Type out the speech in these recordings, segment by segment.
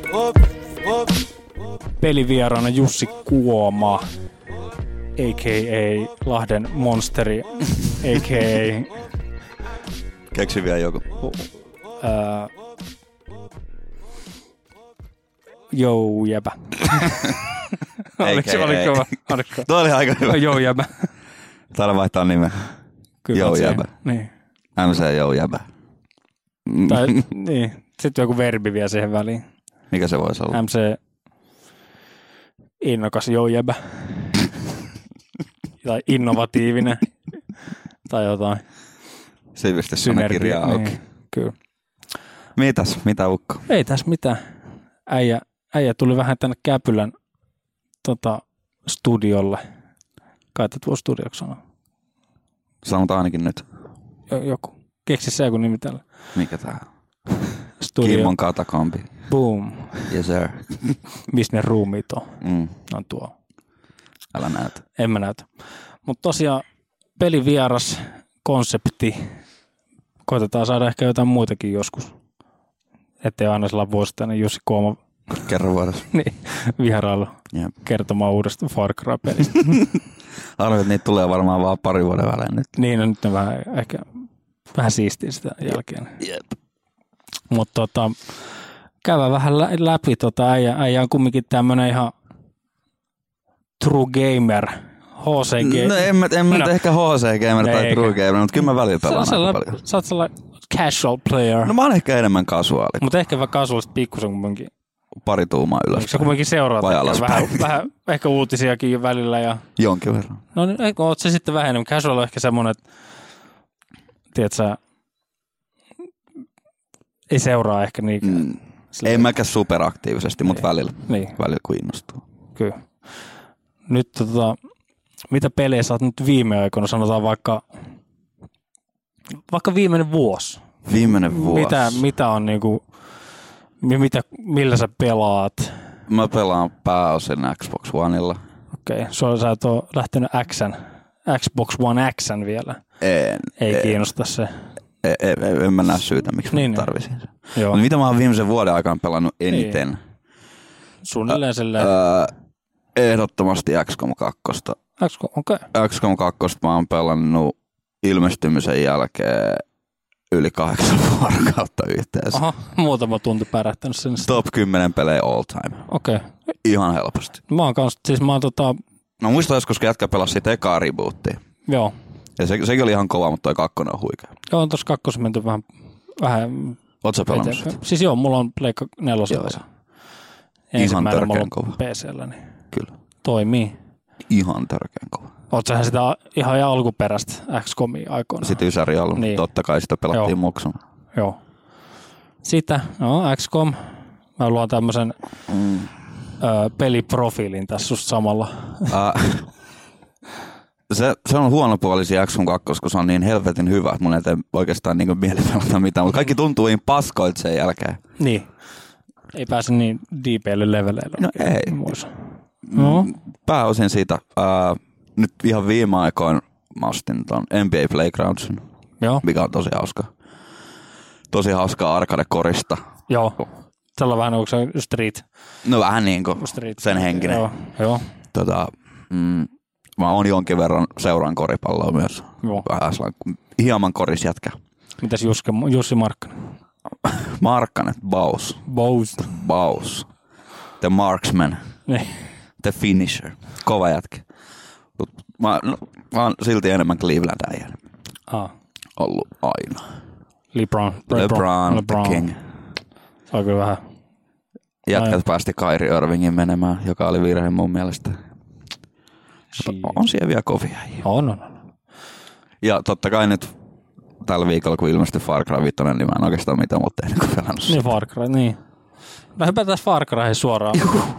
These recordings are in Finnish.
Pelivieraana Jussi Kuoma, a.k.a. Lahden Monsteri, a.k.a. Keksi vielä joku. Jou jäbä. Oliko? Tuo oli aika hyvä. Jou jäbä. Täällä vaihtaa nimeä. Jou jäbä. Niin. MC Jou jäbä. Tai niin. Sitten joku verbi vielä siihen väliin. Mikä se voisi olla? MC innokas Jou jäbä. Tai innovatiivinen. Tai jotain. Sivistyssanakirjaa auki. Niin, kyllä. Mitä ukko? Ei tässä mitään. Äijä tuli vähän tänne Käpylän studiolle. Kai tätä voi studioksi sanoa. Sanotaan ainakin nyt. Joku. Keksi se joku nimi tällä. Mikä tää? Studio. Kimmon katakompi. Boom. Yes sir. Missä ne ruumiit on? On tuo. Älä näytä. En mä näytä. Mutta tosiaan pelivieras konsepti. Koitetaan saada ehkä jotain muitakin joskus. Ettei aina sellainen vuosittainen Jussi Kuoma kerran vuodessa. Niin, vierailu kertomaan uudesta Far Cry-pelistä. Arvoin, että niitä tulee varmaan vaan pari vuoden välein nyt. Niin, no nyt on vähän siistiä sitä jälkeen. Jep. Mutta käydään vähän läpi. Äijä on kumminkin tämmönen ihan true gamer. HC-gamer. No en mä ehkä HC-gamer tai true gamer, mutta kyllä mä välillä pelaan aika paljon. Sä oot sellainen casual player. No mä oon ehkä enemmän casuaali. Mutta ehkä vähän casualista pikkusen kumminkin. Pari tuumaa ylöspäin. Sä kumminkin seuraat vähän ehkä uutisiakin välillä. Ja... Jonkin verran. No niin, oot se sitten vähemmän. Casual on ehkä semmoinen, että tiedätkö, ei seuraa ehkä niinkään. Ei mäkään superaktiivisesti, mutta välillä kun innostuu. Kyllä. Nyt mitä pelejä sä oot nyt viime aikoina, sanotaan vaikka viimeinen vuosi. Viimeinen vuosi. Mitä on niinku, millä sä pelaat? Mä pelaan pääosin Xbox Oneilla. Okei, sä et ole lähtenyt Xbox One X:n vielä. Ei kiinnosta se. En mä näe syytä, miksi mä tarvisin sen. Mutta mitä mä oon viimeisen vuoden aikana pelannut eniten? Niin. Suunnilleen silleen. Ehdottomasti XCOM 2. XCOM 2 mä oon pelannut ilmestymisen jälkeen yli 8 vuorokautta yhteensä. Aha, muutama tunti pärähtänyt sen. Top 10 pelejä all time. Okei. Ihan helposti. Mä oon kans, No muistan joskus, kun jätkä pelasi siitä ekaa rebootia. Joo. Ja sekin oli ihan kova, mutta toi kakkonen on huikea. Joo, on tossa kakkosen menty vähän. Oot sä pelannut sitä? Siis joo, mulla on Pleikka 4. Ihan törkeän kova. PC:llä, niin kyllä. Toimii. Ihan törkeän kova. Oot sähän sitä ihan alkuperäistä XCOMia aikoina. Sitten Ysäri ollut, niin. Totta kai sitä pelattiin muksuna. Joo. Sitä, XCOM. Mä luon tämmösen peliprofiilin tässä susta samalla. Se on huono puoli siinä XCOM 2, koska se on niin helvetin hyvä, että mun ei tee oikeastaan niin mieli pelata mitään, mutta kaikki tuntuu niin paskoilta sen jälkeen. Niin. Ei pääse niin deepeille leveleille. No ei. Pääosin siitä. Nyt ihan viime aikoina mä ostin ton NBA Playgroundsin, mikä on tosi hauska. Tosi hauskaa arcade-korista. Joo. Tällä vähän onko se Street? No vähän niin kuin sen henkinen. Joo. Mä oon jonkin verran seuraan koripalloa myös. Vähän hieman korisjätkä. Mitäs Jussi Markkanen? Markkanen, Baus. The Marksman. Niin. The Finisher. Kova jätkä. Mä oon silti enemmän Cleveland-äijä. Ollut aina. LeBron. The King. Se on kyllä vähän. Jätkät päästi Kyrie Irvingin menemään, joka oli virhe mun mielestä. On siellä vielä kovia. On. Ja totta kai nyt tällä viikolla, kun ilmestyi Far Cry 5, niin mä en oikeastaan mitään muuta tehnyt kuin pelannut sitä. Niin Far Cry, niin. Mä hypätään Far Cryhin suoraan.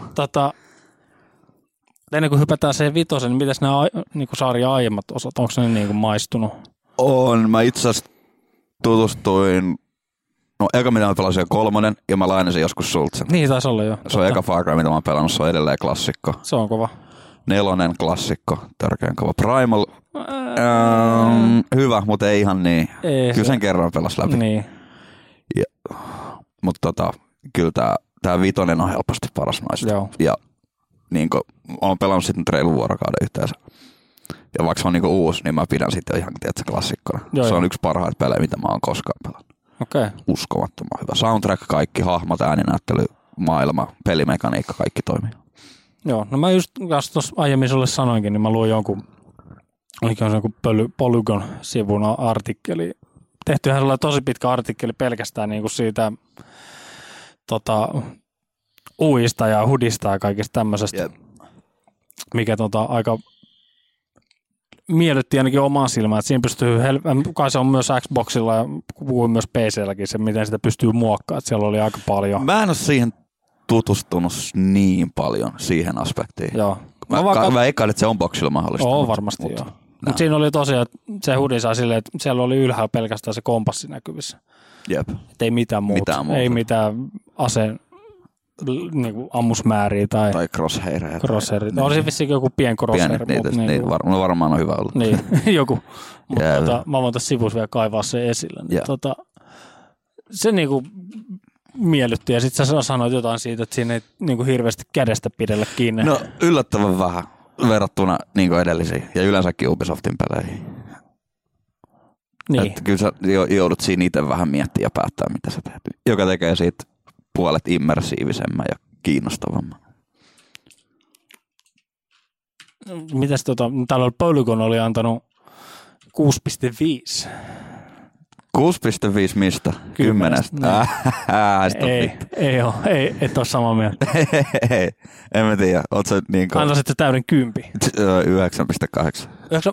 Ennen kuin hypätään siihen 5, niin mitäs nämä niinku sarjan aiemmat osat, onko ne niinku maistunut? On. Mä itse asiassa tutustuin, eka mitä mä pelasin 3, ja mä lainasin joskus sulta sen. Niin, taisi olla jo. Se on eka Far Cry, mitä mä oon pelannut, se on edelleen klassikko. Se on kova. 4 klassikko, törkeän kova. Primal, hyvä, mutta ei ihan niin. Kyllä sen kerran pelas läpi. Niin. Mutta kyllä tää 5 on helposti paras noista. Joo. Ja niinku, olen pelannut sitten reilun vuorokauden yhteensä. Ja vaikka se on niinku uusi, niin mä pidän sitten ihan klassikkona. Joo, se on yksi parhaita pelejä, mitä mä oon koskaan pelannut. Okay. Uskomattoman hyvä. Soundtrack, kaikki hahmot, ääninäyttely, maailma, pelimekaniikka, kaikki toimii. Joo, no mä just tuossa aiemmin sulle sanoinkin, niin mä luin jonkun Polygon-sivun artikkeli. Tehtyhän sellainen tosi pitkä artikkeli pelkästään niinku siitä uista ja hudista ja kaikesta tämmöisestä, yep. Mikä aika miellytti ainakin omaa silmää, että siinä pystyy, kai se on myös Xboxilla ja myös PC:lläkin se, miten sitä pystyy muokkaamaan, että siellä oli aika paljon. Mä en ole siihen tutustunut niin paljon siihen aspektiin. Joo. Mä eikä, että se on boxilla mahdollista. Oo, varmasti joo. Mutta siinä oli tosiaan, että se hudi sai silleen, että siellä oli ylhäällä pelkästään se kompassi näkyvissä. Jep. Että ei mitään muuta. Ei mitään aseen niinku ammusmääriä tai crosshaireja. No oli se vissiin joku pien crosshair. Niin, varmaan on hyvä ollut. Niin, joku. Mutta mä voin tässä sivussa vielä kaivaa sen esille. Niin, se niinku miellytti ja sitten sä sanoit jotain siitä, että siinä ei niinku hirveästi kädestä pidellä kiinni. No yllättävän vähän verrattuna niinku edellisiin ja yleensäkin Ubisoftin peleihin. Niin. Että kyllä sä joudut siinä itse vähän miettimään ja päättää, mitä sä teet. Joka tekee siitä puolet immersiivisemmän ja kiinnostavamman. Mitäs täällä Polygon oli antanut 6,5. 6,5 mistä? 10. Ei, et ole samaa mieltä. Ei, en mä tiedä. Oot sä niinku... Antaisit täyden 10. 9,8.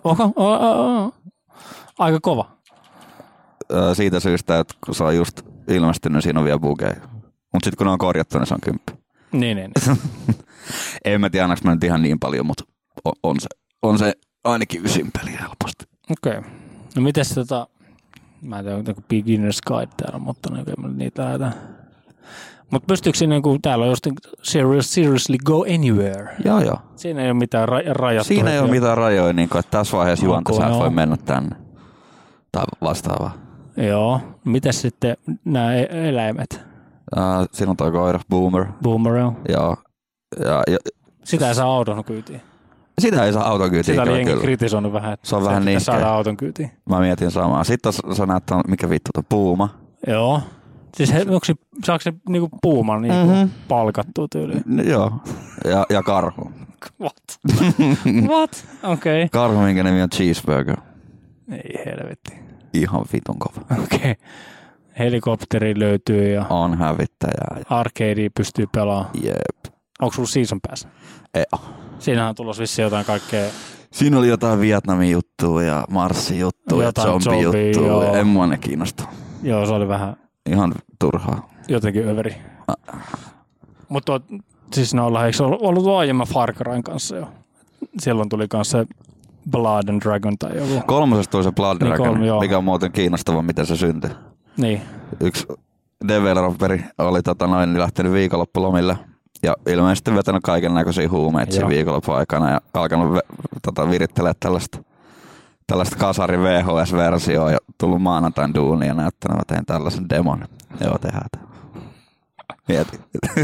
Aika kova. Siitä syystä, että kun se on just ilmestynyt, siinä on vielä bugeja. Mutta sitten kun ne on korjattu, niin se on 10. Niin. En mä tiedä, annaks mä nyt ihan niin paljon, mutta on se ainakin 9 peliä helposti. Okei. No mites mä en tiedä, onko beginner's guide täällä, mutta niitä lähdetään. Mutta pystyykö siinä, kun täällä on just seriously go anywhere? Joo. Siinä ei ole mitään rajattua. Siinä ei ole mitään rajoja, niin että tässä vaiheessa juonta sä voi mennä tänne. Tai vastaavaa. Joo. Mitäs sitten nämä eläimet? Siinä on toi koira, Boomer. Boomer, joo. Joo. Sitä ei saa auton kyytiin. Sitä ei saa auton kyytiin. Sitä oli jengi kritisoinut vähän, että se on vähän niin. Saada auton kyytiin. Mä mietin samaa. Sitten sä näet, mikä vittu tuo Puuma. Joo. Siis saako se niinku Puuman niinku palkattua tyyliin? Joo. Ja karhu. What? Okei. Okay. Karhu, minkä nimi on Cheeseburger. Ei helvetti. Ihan vitun kova. Okei. Okay. Helikopteri löytyy ja... On hävittäjää. Arcadea pystyy pelaamaan. Jep. Onko sulla season pass? Ei. Siinähän on tulossa vissiin jotain kaikkea... Siinä oli jotain Vietnamin juttua ja Marsin juttua ja zombie juttua. En mua ne kiinnosta. Joo, se oli vähän... Ihan turhaa. Jotenkin överi. Mutta siis eikö ollut aiemmin Far Cryn kanssa jo? Silloin tuli kanssa Blood and Dragon tai joku. 3. tuli se Blood Dragon, mikä on muuten kiinnostava, miten se syntyi. Niin. Yksi developeri oli lähtenyt viikonloppulomille ja ilmeisesti vetänyt kaiken näköisiä huumeita siinä viikonloppuaikana ja alkanut virittelemään tällaista kasarin VHS-versioa ja tullut maanantain duuniin ja näyttänyt, että tein tällaisen demon. Joo, tehdään tämä. Mieti.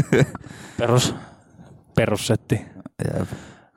Perussetti. Jep.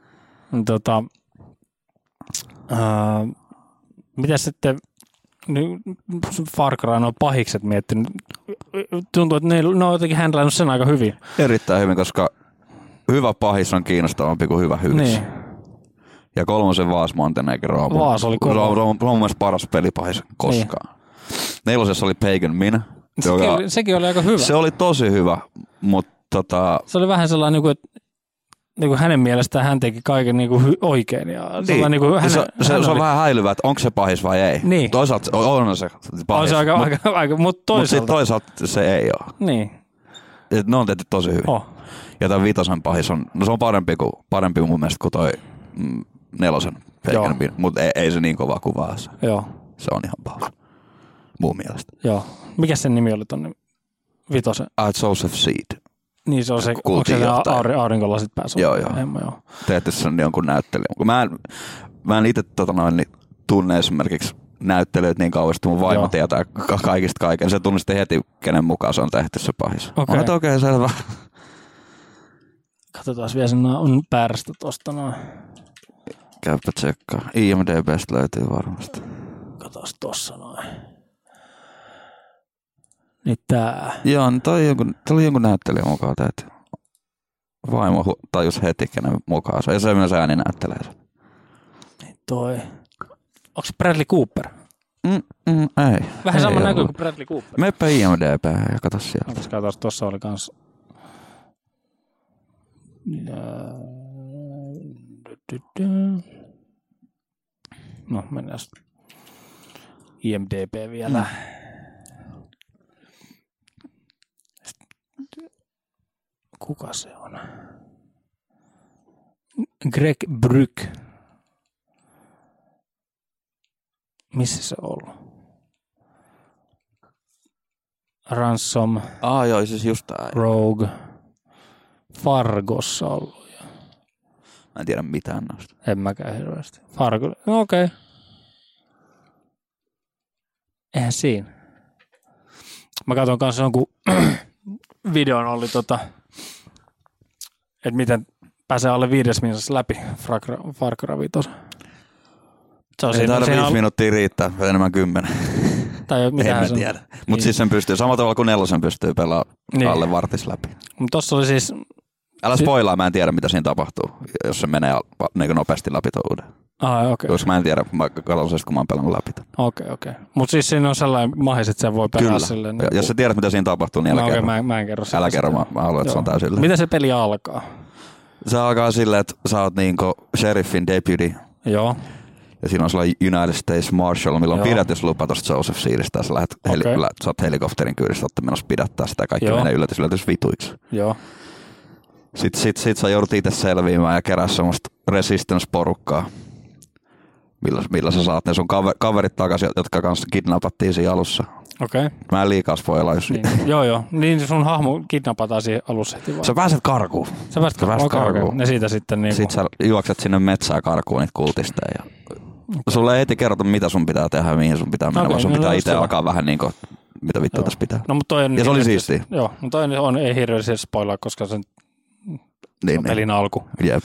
Mitä sitten Far Cry on pahikset miettinyt? Tuntuu, että ne on jotenkin handlannut sen aika hyvin. Erittäin hyvin, koska hyvä pahis on kiinnostavampi kuin hyvä hyvis. Niin. Ja 3. Vaas Montenegro on mun mielestä paras pelipahis koskaan. Niin. 4. oli Pagan Min. Sekin oli aika hyvä. Se oli tosi hyvä, mutta se oli vähän sellainen, että niinku hänen mielestään hän teki kaiken niinku oikein. Ja niin. Se on vähän häilyvää, että onko se pahis vai ei. Niin. Toisaalta on se pahis. On se aika mutta toisaalta se ei ole. Niin. Et ne on tehty tosi hyvin. Ja tämän 5. pahis on, se on parempi mun mielestä kuin toi 4. mutta ei se niin kova kuvaa se. Joo. Se on ihan paha. Mun mielestä. Joo. Mikä sen nimi oli tonne 5? Joseph Seed. Niin se on se, onko se aurinkolasit päässä? Joo. Teette sen jonkun näyttelijän. Mä en itse tunne esimerkiksi näyttelyt niin kauan, että mun vaimo tietää kaikista kaiken. Se tunnisti heti, kenen mukaan se on tehty se pahis. Okay. Okei, selvä. Katsotaan vielä sen on päärästä tosta noin. Käypä tsekkaa. IMDb:stä löytyy varmasti. Katsotaan tossa noin. Niin tää. Joo, niin toi oli jonkun näyttelijä mukaan täytyy. Vaimo tajus heti, kenen mukaan se. Ja se myös ääni näyttelee sen. Niin toi. Onks Bradley Cooper? Ei. Vähän sama näkö kuin Bradley Cooper. Meppä IMDb ja kato sieltä. Katsos, tossa oli kans. No, mennään IMDb vielä. Kuka se on? Greg Brück. Missä se on ollut? Ransom. Joo, siis just tää. Rogue. Fargossa ollut. Mä en tiedä mitään noista. En mäkään hirveästi. Fargo. No okei. Okay. Eihän siinä. Mä katson kanssa jonkun videon oli että miten pääsee alle 5 minuutissa läpi Far Cry 5. Ei taida 5 minuuttia riittää, enemmän 10. Tai mitä en tiedä. Mutta siis sen pystyy, samalla tavalla kuin 4 pystyy pelaamaan alle vartis läpi. Mutta tossa oli siis... Älä spoilaa, mä en tiedä mitä siinä tapahtuu, jos se menee niin nopeasti läpi tuon uuden. Okei. Koska mä en tiedä, mä katson sen, kun mä oon pelannut läpi. Okei. Mutta siis siinä on sellainen mahis, että se voi pelaa silleen. Kyllä, jos sä tiedät mitä siinä tapahtuu, niin älä kerro. Mä en kerro sitä. Älä kerro, mä haluan, että se on täysin silleen. Miten se peli alkaa? Se alkaa silleen, että sä oot niinku sheriffin deputy. Joo. Ja siinä on sellainen United States Marshal, millä on pidätyslupa tuosta Joseph Seedistä. Sä oot helikopterin kyydistä, olette menossa pidättää sitä ja kaikki menee yllätys vituiksi. Joo. Sitten sä joudut itse selviämään ja kerää semmoista resistance-porukkaa, millä sä saat ne sun kaverit takaisin, jotka kanssa kidnappattiin siinä alussa. Okei. Mä en liikaa spoilaa, jos... Niin. Joo. Niin sun hahmo kidnapataan siinä alussa heti vaan. Sä pääset karkuun. Sä pääset karkuun. Okay. Ja siitä sitten niinku... Sitten sä juokset sinne metsään karkuun niitä kultisteja. Ja... Sulle ei heti kerrota, mitä sun pitää tehdä, mihin sun pitää mennä, vaan sun pitää itse alkaa vähän niinku, mitä vittua tässä pitää. No, mutta toi on... Ja se oli siistiä. Joo, mutta toi on, ei hirveästi spoilaa, koska sen pelin alku. Jep.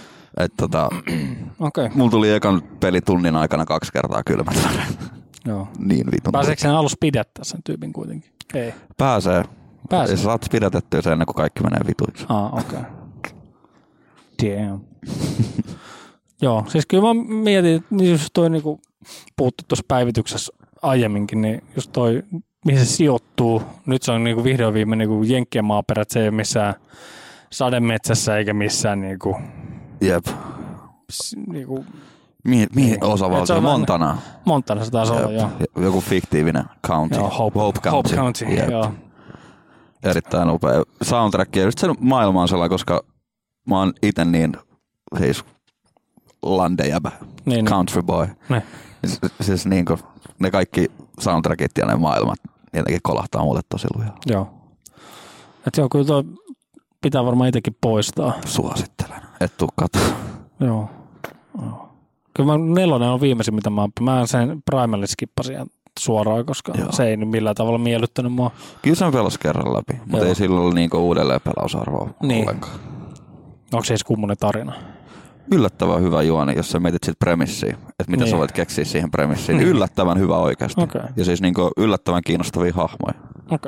Okay. Mulla tuli ekan pelitunnin aikana 2 kertaa kylmät. Joo. Niin vitun. Pääseekö sen alussa pidättää sen tyypin kuitenkin? Ei. Pääsee. Ja sä saat pidätettyä sen ennen kuin kaikki menee vituiksi. Okei. Damn. Joo, siis kyllä mä mietin, että just toi niinku puhuttu tuossa päivityksessä aiemminkin, niin just toi, mihin se sijoittuu. Nyt se on niinku vihdoin viime niinku jenkkien maaperät, se ei ole missään sademetsässä eikä missään niinku... Jep. Niinku... Mihin osavaltio? Se on Montana. Montana se taas on, joo. Joku fiktiivinen county. Joo, Hope County, joo. Erittäin upea soundtrack. Ja just se maailma on sellainen, koska mä oon ite niin siis landejäbä, country boy. Siis niinku ne kaikki soundtrackit ja ne maailmat jotenkin kolahtaa mulle tosi lujaa. Joo. Et joo, kyllä toi pitää varmaan itsekin poistaa. Suosittelen. Et tuu katsomaan. Joo. Kyllä 4 on viimeisin, mitä mä sen Primalle skippasin suoraan, koska se ei nyt millään tavalla miellyttänyt mua. Kyllä sen pelasi kerran läpi, mutta ei sillä ole niinku uudelleen pelausarvoa ollenkaan. Onko se edes kummonen tarina? Yllättävän hyvä juoni, jos sä mietit sit premissiä, että mitä sä voit keksiä siihen premissiin. Yllättävän hyvä oikeasti. Okay. Ja siis niinku yllättävän kiinnostavia hahmoja. Okei.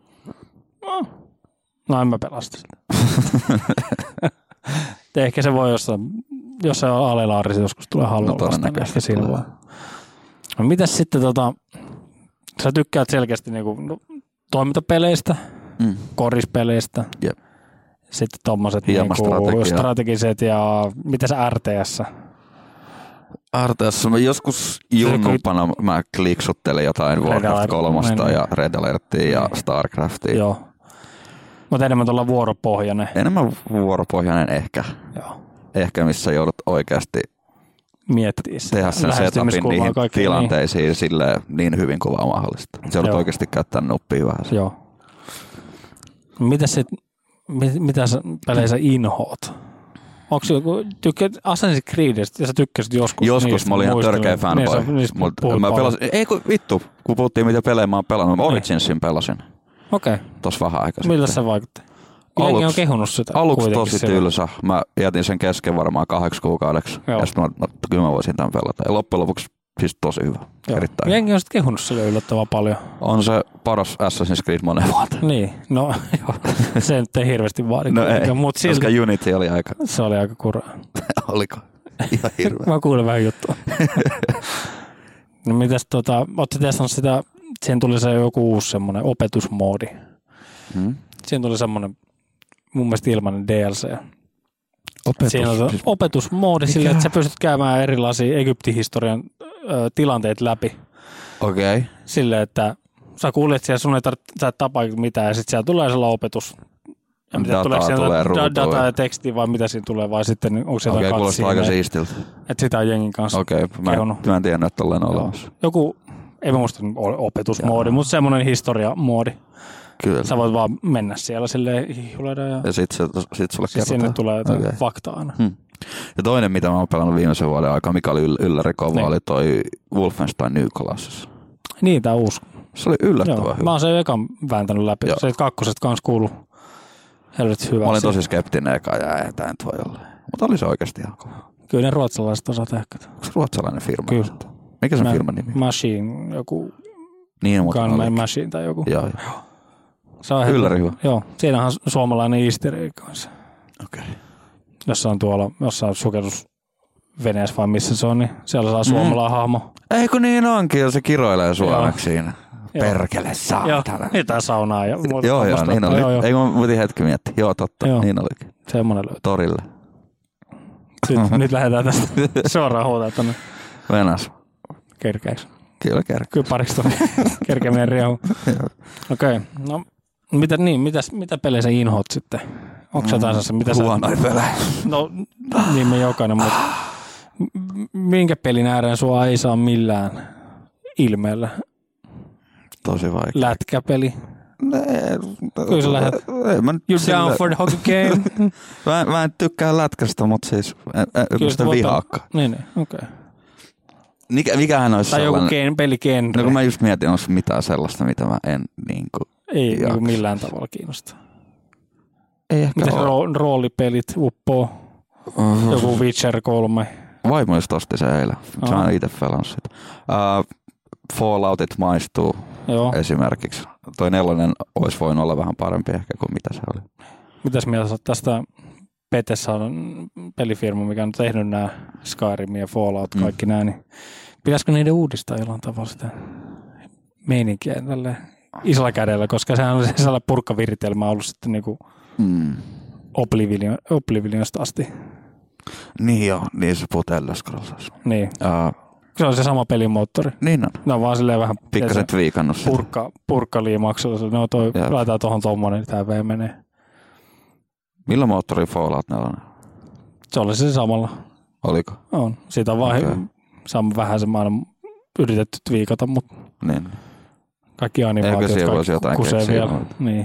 No en mä pelasta sitä. Ehkä se voi jos se on alelaari, se joskus tulee halvalla vastaan. Ehkä silloin. No mitäs sitten sä tykkäät selkeästi niinku toimintapeleistä, korispeleistä. Jep. Sitten tommoset niinku strategiset ja mitä se RTS? RTS, mä joskus junnupana mä kliksuttelin jotain Warcraft 3 ja Red Alertia ja Starcraftia. Joo. Mutta enemmän tuolla vuoropohjainen. Enemmän vuoropohjainen ehkä. Joo. Ehkä missä joudut oikeasti miettiä tehdä sen setupin niihin tilanteisiin silleen niin hyvin kuin vaan mahdollista. Se joudut oikeasti käyttää nuppia vähän. Joo. Mitä pelejä sä inhoat? Onko se joku, Assassin's Creedistä, ja sä tykkäsit joskus? Joskus, mä olin ihan törkeä fanboy. Mä pelasin, ei kun vittu, kun puhuttiin mitä pelejä mä oon pelannut, mä Originsin pelasin. Okei. Tossa vähän aikaa sitten. Miltä se vaikutti? Jengi on kehunut sitä. Aluksi tosi tylsä. Mä jätin sen kesken varmaan 8 kuukaudeksi. Joo. Ja sitten kyllä mä voisin tämän pelata. Ja loppujen lopuksi siis tosi hyvä. Erittäin. Jengi on sitten kehunut sille yllättävän paljon. On se paras Assassin's Creed monen vuoteen. Niin, no joo. Se nyt ei hirveästi vaadi. No ei, koska Unity oli aika... Se oli aika kuraa. Oliko? Ihan hirveä. Mä kuulen vähän juttua. No mitäs ootko testannut sitä, siihen tuli se joku uusi semmoinen opetusmoodi. Siihen tuli semmoinen mun mielestä ilmainen DLC. Siinä on opetusmoodi silleen, että sä pystyt käymään erilaisia Egyptin-historian tilanteet läpi. Okei. Okay. Silleen, että sä kuulet siellä, sun ei sä tapaa mitään ja sitten siellä tulee sellainen opetus. Ja mitä tulee data ja teksti vai mitä siinä tulee vai sitten onko se jotain kuulostaa aika siistiltä. Että sitä on jengin kanssa kehunut. Mä en tiedä, että tolleen olemassa. Joku, ei mä muista opetusmoodi, mutta semmoinen historiamoodi. Kyllä. Sä voit vaan mennä siellä silleen hiihuleida ja sit sulle kerrotaan. Sinne tulee jotain faktaa aina. Ja toinen, mitä mä oon pelannut viimeisen vuoden aikaa, mikä oli ylläri kova, oli toi Wolfenstein New Colossus. Niin, tää uusi. Se oli yllättävän hyvä. Mä oon sen ekan vääntänyt läpi. Joo. Se kakkoset kans kuuluu helvetti hyvä. Mä olin tosi skeptinen eka ja tää nyt voi olla. Mutta oli se oikeesti ihan kova. Kyllä ne ruotsalaiset osaa tehdä. Onko se ruotsalainen firma? Kyllä. Mikä se firman nimi? Machine, joku niin, Gunman Machine tai joku. Joo. Se on ylläri hyvä. Joo, siinä on suomalainen easter egg kanssa. Okei. Jos on tuolla jossain sukellusveneessä vai missä se on, niin siellä saa suomalainen hahmo. Eikö niin onkin, jos se kiroilee suomeksi siinä. Perkele saatana. Joo, jotain saunaa ja muuta. Joo, niin oli. Joo. Eikö mä voitin hetki miettiä. Joo, totta, niin olikin. Semmoinen löytyy. Torille. Nyt lähdetään tästä suoraan huutaa tonne. Venäs. Kerkeäks? Kyllä kerkeä. Kyllä pariksi tonne kerkeäminen riehu. Okei, no mitä pelejä sä inhoat sitten? Onko jotain sellaista, mitä sä... Huonoja pelejä. No, niin me jokainen, mutta minkä pelin ääreen sua ei saa millään ilmeellä? Tosi vaikea. Lätkäpeli? Kyllä sä lähdet. You're down for the hockey game. Mä en tykkää lätkästä, mutta siis kyllä sitä vihaakaan. Niin, okei. Mikähän olisi tai sellainen? Joku peligenre. No kun mä just mietin, onko mitään sellaista, mitä mä en niinku... Ei niinku millään tavalla kiinnosta. Ei ehkä miten roolipelit uppoo? Joku Witcher 3. Vaimo just osti se eilen. Mä oon itse pelannut sitä. Falloutit maistuu esimerkiksi. Toi 4 olisi voinut olla vähän parempi ehkä kuin mitä se oli. Mitäs mieltä olet tästä? Bethesda on pelifirma, mikä on tehnyt nämä Skyrim ja Fallout, kaikki nämä, niin pitäisikö niiden uudistaa jollain tavalla sitä meininkiä tälle isolla kädellä, koska sehän on sellainen purkkaviritelmä ollut sitten niinku Oblivionista asti. Niin joo, niin se puhuu Elder Scrolls. Niin. Se on se sama pelimoottori. Niin on. Ne on vaan silleen vähän pikkasen twiikannut sitä. Purkkaliimaksella. No toi laitetaan tuohon tommonen, niin tää V menee. Millä moottori Fallout 4? Se oli se samalla. Oliko? On. Siitä on vaan vähän semmoinen yritetty twiikata, mutta kaikki animaatiot, kaikki kusee vielä. Niin.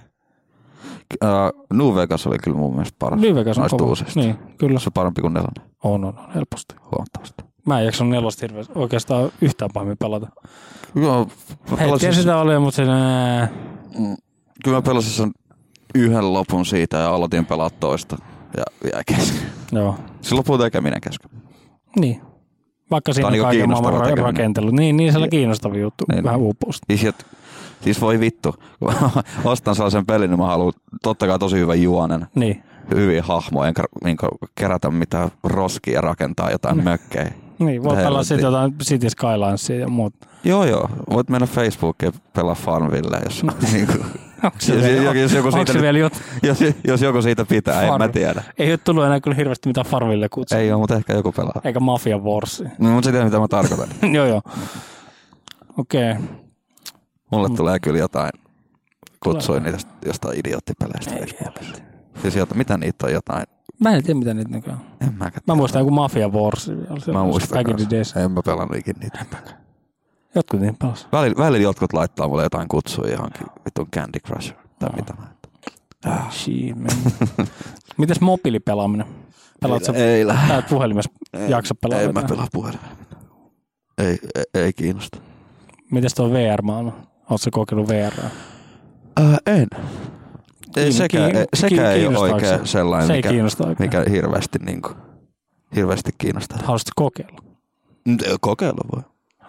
New Vegas oli kyllä mun mielestä paras. New Vegas on kova. Niin, kyllä. Se on parempi kuin 4. On, helposti. Huomattavasti. Mä en jaksanut 4 hirveästi oikeastaan yhtään pahemmin pelata. Joo. Hetken sitä oli, mutta se... Kyllä mä pelasin sen yhden lopun siitä ja aloitin pelaa toista ja jäi kesken. Joo. Se lopuu tekeminen kesken. Niin. Vaikka siinä on kaiken maailman rakentelu. Niin siellä kiinnostavia juttu. Niin. Vähän uupuusta. Siis voi vittu. Ostan sellaisen pelin, niin mä haluan totta kai tosi hyvän juonen. Niin. Hyviä hahmoja, enkä kerätä mitään roskia ja rakentaa jotain mökkejä. Niin, voit pelaa sitten jotain City Skylinesia ja muut. Joo. Voit mennä Facebookiin ja pelaa Farmville, jos jos joku siitä pitää, en mä tiedä. Ei ole tullut enää kyllä hirveästi mitään Farmville kutsua. Ei ole, mutta ehkä joku pelaa. Eikä Mafia Wars. No, mutta sä tiedät, mitä mä tarkoitan. Joo. Okei. Mulle tulee kyllä jotain, kutsuin niitä jostain idioottipeleistä. Siis mitä niitä on jotain? Mä en tiedä, mitä niitä nykyään on. Mä muistan joku Mafia Wars. Mä muistan kanssa. En mä pelannut ikin niitä. Jotkut niin pelas. Välillä jotkut laittaa mulle jotain kutsuja johonkin vitun Candy Crush tai mitä mä. Mites mobiilipelaaminen? Ei lähde. Tää puhelimessa jaksa pelaa? Ei mä pelaa puhelimella. Ei kiinnosta. Mites tuo VR-maailma? Ootko sä kokeillut VR? En. Sekä ei ole oikein sellainen, se ei mikä hirveästi kiinnostaa. Haluaisitko kokeilla? Kokeilla voi.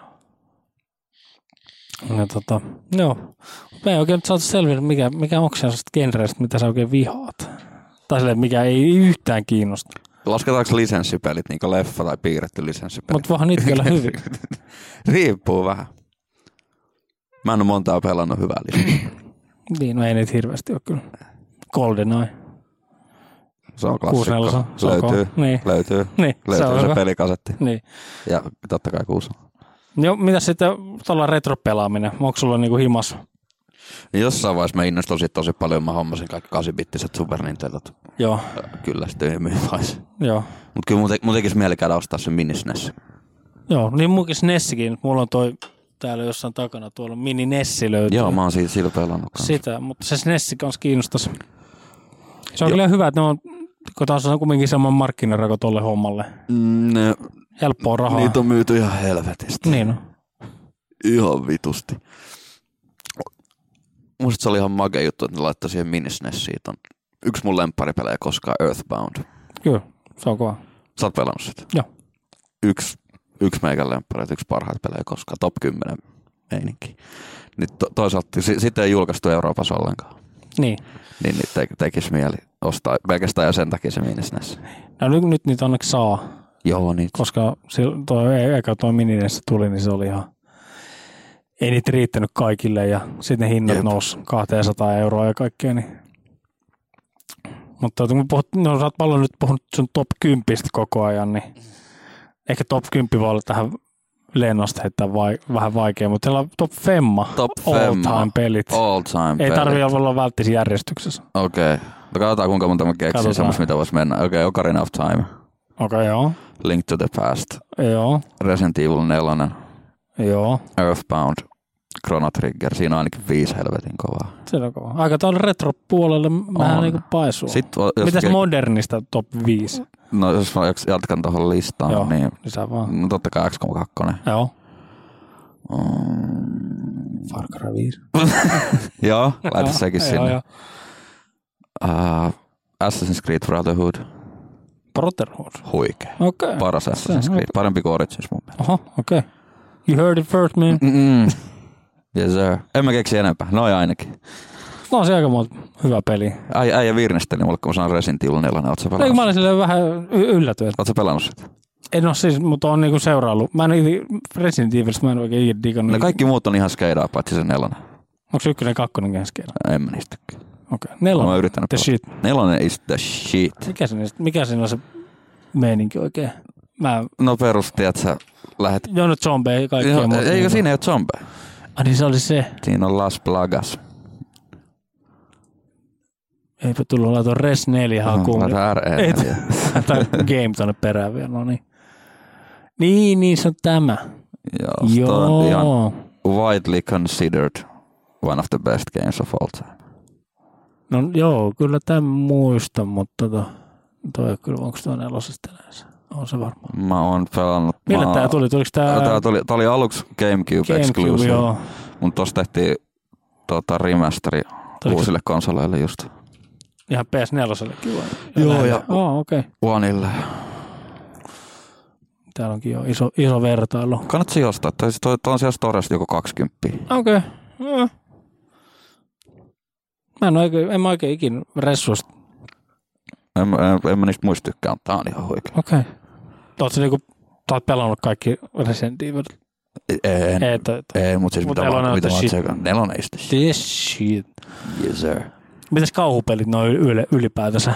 Ja joo. Me ei oikein nyt saatu selville, mikä onko sellaisesta genreistä, mitä sä oikein vihaat. Tai silleen, mikä ei yhtään kiinnosta. Lasketaanko lisenssipelit, niin kuin leffa tai piirretty lisenssipeli? Mutta vähän niitä kyllä hyvin. Riippuu vähän. Mä en ole montaa pelannut hyvää lisenssiä. Niin, no ei niitä hirveästi ole kyllä. GoldenEye. Se on klassikko. Löytyy se pelikasetti. Niin. Ja totta kai 6. Joo, mitä sitten tuolla retropelaaminen? Onko sulla niinku himas? Jossain vaiheessa mä innostuin tosi paljon. Mä hommasin kaikki 8-bittiset Super Nintendot. Joo. Kyllästyin ja myin pois. Joo. Mut kyllä mun tekisi mieli käydä ostaa se mini SNES. Joo, niin munkin SNESikin. Mulla on toi täällä jossain takana tuolla mini NES löytyy. Joo, mä oon sillä pelannut kanssa. Sitä, mutta se SNES kanssa kiinnostaisi. Se on kyllä hyvä, että ne on, kun taas on kuitenkin saman markkinarako tolle hommalle. Helppoa rahaa. Niitä on myyty ihan helvetistä. Niin on. Ihan vitusti. Musta se oli ihan makea juttu, että ne laittoi siihen mini SNESiin. Yksi mun lempparipelejä koskaan, Earthbound. Kyllä, se on kova. Sä oot pelannut sitä? Joo. Yksi meikän lemppareita, yksi parhaita pelejä koskaan, top 10 meininki. Niin toisaalta sitten ei julkaistu Euroopassa ollenkaan. Niin. Niin tekisi mieli ostaa pelkästään jo sen takia se mini SNES. No nyt niitä onneksi saa. Joo, niitä. Koska tuo mini NES tuli, niin se oli ihan... Ei niitä riittänyt kaikille ja sitten ne hinnat nousi 200 € ja kaikkea. Niin. Mutta kun sä oot paljon nyt puhunut sun top 10 koko ajan, niin ehkä top 10 voi olla tähän lennosta heittää vähän vaikea, mutta siellä on top femma, all time pelit. Ei tarvitse olla välttämättä järjestyksessä. Okei. No katsotaan kuinka monta mä keksin semmoista, mitä voisi mennä. Ocarina of Time. Okei, joo. Link to the Past. Joo. Resident Evil 4. Joo. Earthbound. Chrono Trigger. Siinä on ainakin 5 helvetin kovaa. Se on kovaa. Aika tuolla retro-puolelle vähän niinku paisua. Mitäs modernista top 5? No jos mä jatkan tuohon listaan, joo, niin lisää vaan. No totta kai XCOM 2. Joo. Far Cry 5. Joo, laita sekin sinne. Assassin's Creed Brotherhood. Huikea. Okay. Paras Assassin's Creed. Parempi kuin Origins mun mielestä. Oho, okei. Okay. You heard it first, man. Yes, sir. En mä keksi enempää. Noi ainakin. No on se aika monta hyvä peli. Äijä virnesteli mulle, kun mä sanon Resident Evil 4. Oot sä pelannut? Eikö mä olin silleen vähän yllätynyt. Oot sä pelannut sitä? En ole siis, mutta on niinku seuraillut. Mä en Resident Evilista, mä en oikein ikinä digannut. No kaikki muut on ihan skeidaa, paitsi se 4. Onko 1 ja 2 ihan skeidaa? En mä niistä. Okei. 4. Mä yrittänyt the shit. 4 is the shit. Mikä siinä on se meininki oikein? No perusti, että sä lähet... Joo, no zombeja ja kaikkea muuta. Eikö siinä ei ole zombeja? Niin se oli se. Siinä on Las Plagas. Eipä tullut laitoa Res 4 hakuun. Laita RE. Tai Game tonne perään vielä, no niin. Niin, se on tämä. Joo. Ihan widely considered one of the best games of all time. No joo, kyllä tämän muistan, mutta toi kyllä, onko tuo 4 näissä? On se varmaan. Mä oon pelannut. Millä tää tuli? Tuliko tää? Tää oli aluksi GameCube exclusive. Joo. Mutta tossa tehtiin remasteri uusille konsoleille just. Ihan PS4:llekin vai? Joo, ja okei. Oneille. Täällä onkin jo iso vertailu. Kannattaa ostaa. Toi on siellä storesta joku 20. Okei. En mä oikein ikinä ressuista. En mä niistä muista tykkää, mutta tää on ihan huikea. Okei. Sä oot pelannut kaikki Resident Evil? Ei, mutta siis mitä mä oon tsekannut. 4 is the shit. This shit. Yes, sir. Mitäs kauhupelit noin ylipäätänsä?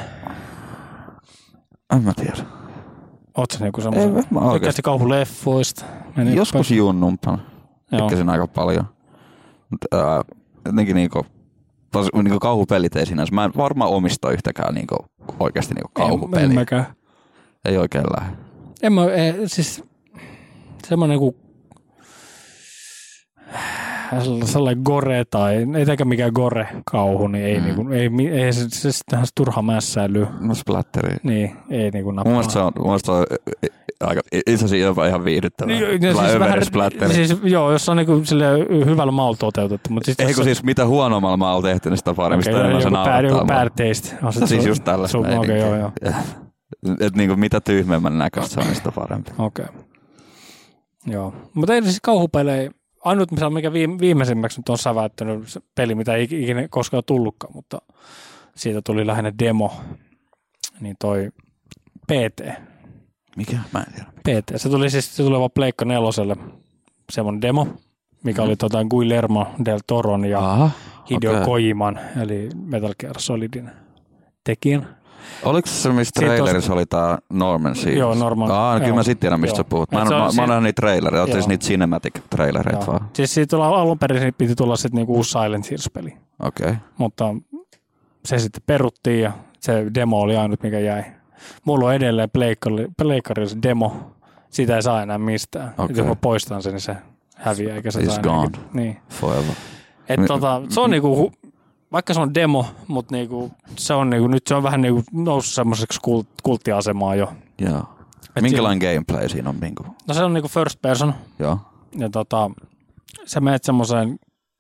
En mä tiedä. Oot sä niinku semmoisen? Tykkäsit kauhuleffoista? Joskus junnumpana. Tykkäsin aika paljon. Jotenkin niinku kauhupelit ei sinänsä. Mä en varmaan omista yhtäkään niinku oikeasti niinku kauhupeliä. En mäkään. Ei oikein lähde. Siis semmoinen kuin sellainen gore tai ei tekään mikään gore-kauhu, niin ei se tähän turha mässäilyy. No splatteri. Niin, ei niinku nappaa. Mun mielestä se on aika, itse asiassa jopa ihan viihdyttävää. Siis vähän, siis, joo, jos on niinku hyvällä maalla toteutettu. Mutta siis eikö siis mitä huonommalla maalla tehty, niin sitä paremmin sitä enemmän se naurattaa. Joku bad taste. No siis just tällaista. Okei, joo. Että niinku mitä tyhmemmän näköistä se on, niin sitä parempi. Okei. Joo. Mutta ei siis kauhupelejä. Ainut, mikä viimeisimmäksi nyt on säväyttänyt se peli, mitä ei ikinä koskaan tullutkaan, mutta siitä tuli lähinnä demo. Niin toi PT. Mikä? Mä en tiedä. PT. Se tuli vaan Pleikka 4:lle semmoinen demo, mikä oli Guillermo del Toron ja Hideo Kojiman, eli Metal Gear Solidin tekijän. Oliko se, missä trailerissa oli tää Norman Seeds? Joo, Norman. Kyllä mä sitten tiedän, mistä sä puhut. Mä oon nähnyt niitä trailereita, oot siis niitä cinematic-trailereita vaan. Siis siitä alun perin piti tulla sitten niinku uusi Silent Hills-peli. Okei. Mutta se sitten peruttiin ja se demo oli ainut, mikä jäi. Mulla on edelleen pleikkarilla se demo. Siitä ei saa enää mistään. Okay. Jos mä poistan sen, niin se häviää. Eikä se It's gone. Niin. Forever. Se on niinku, vaikka se on demo, mutta niinku, se on niinku, nyt se on vähän niinku noussut semmoiseksi kulttiasemaan jo. Joo. Minkälainen gameplay siinä on? Minkä? No se on niinku first person. Joo. Ja sä menet semmoiseen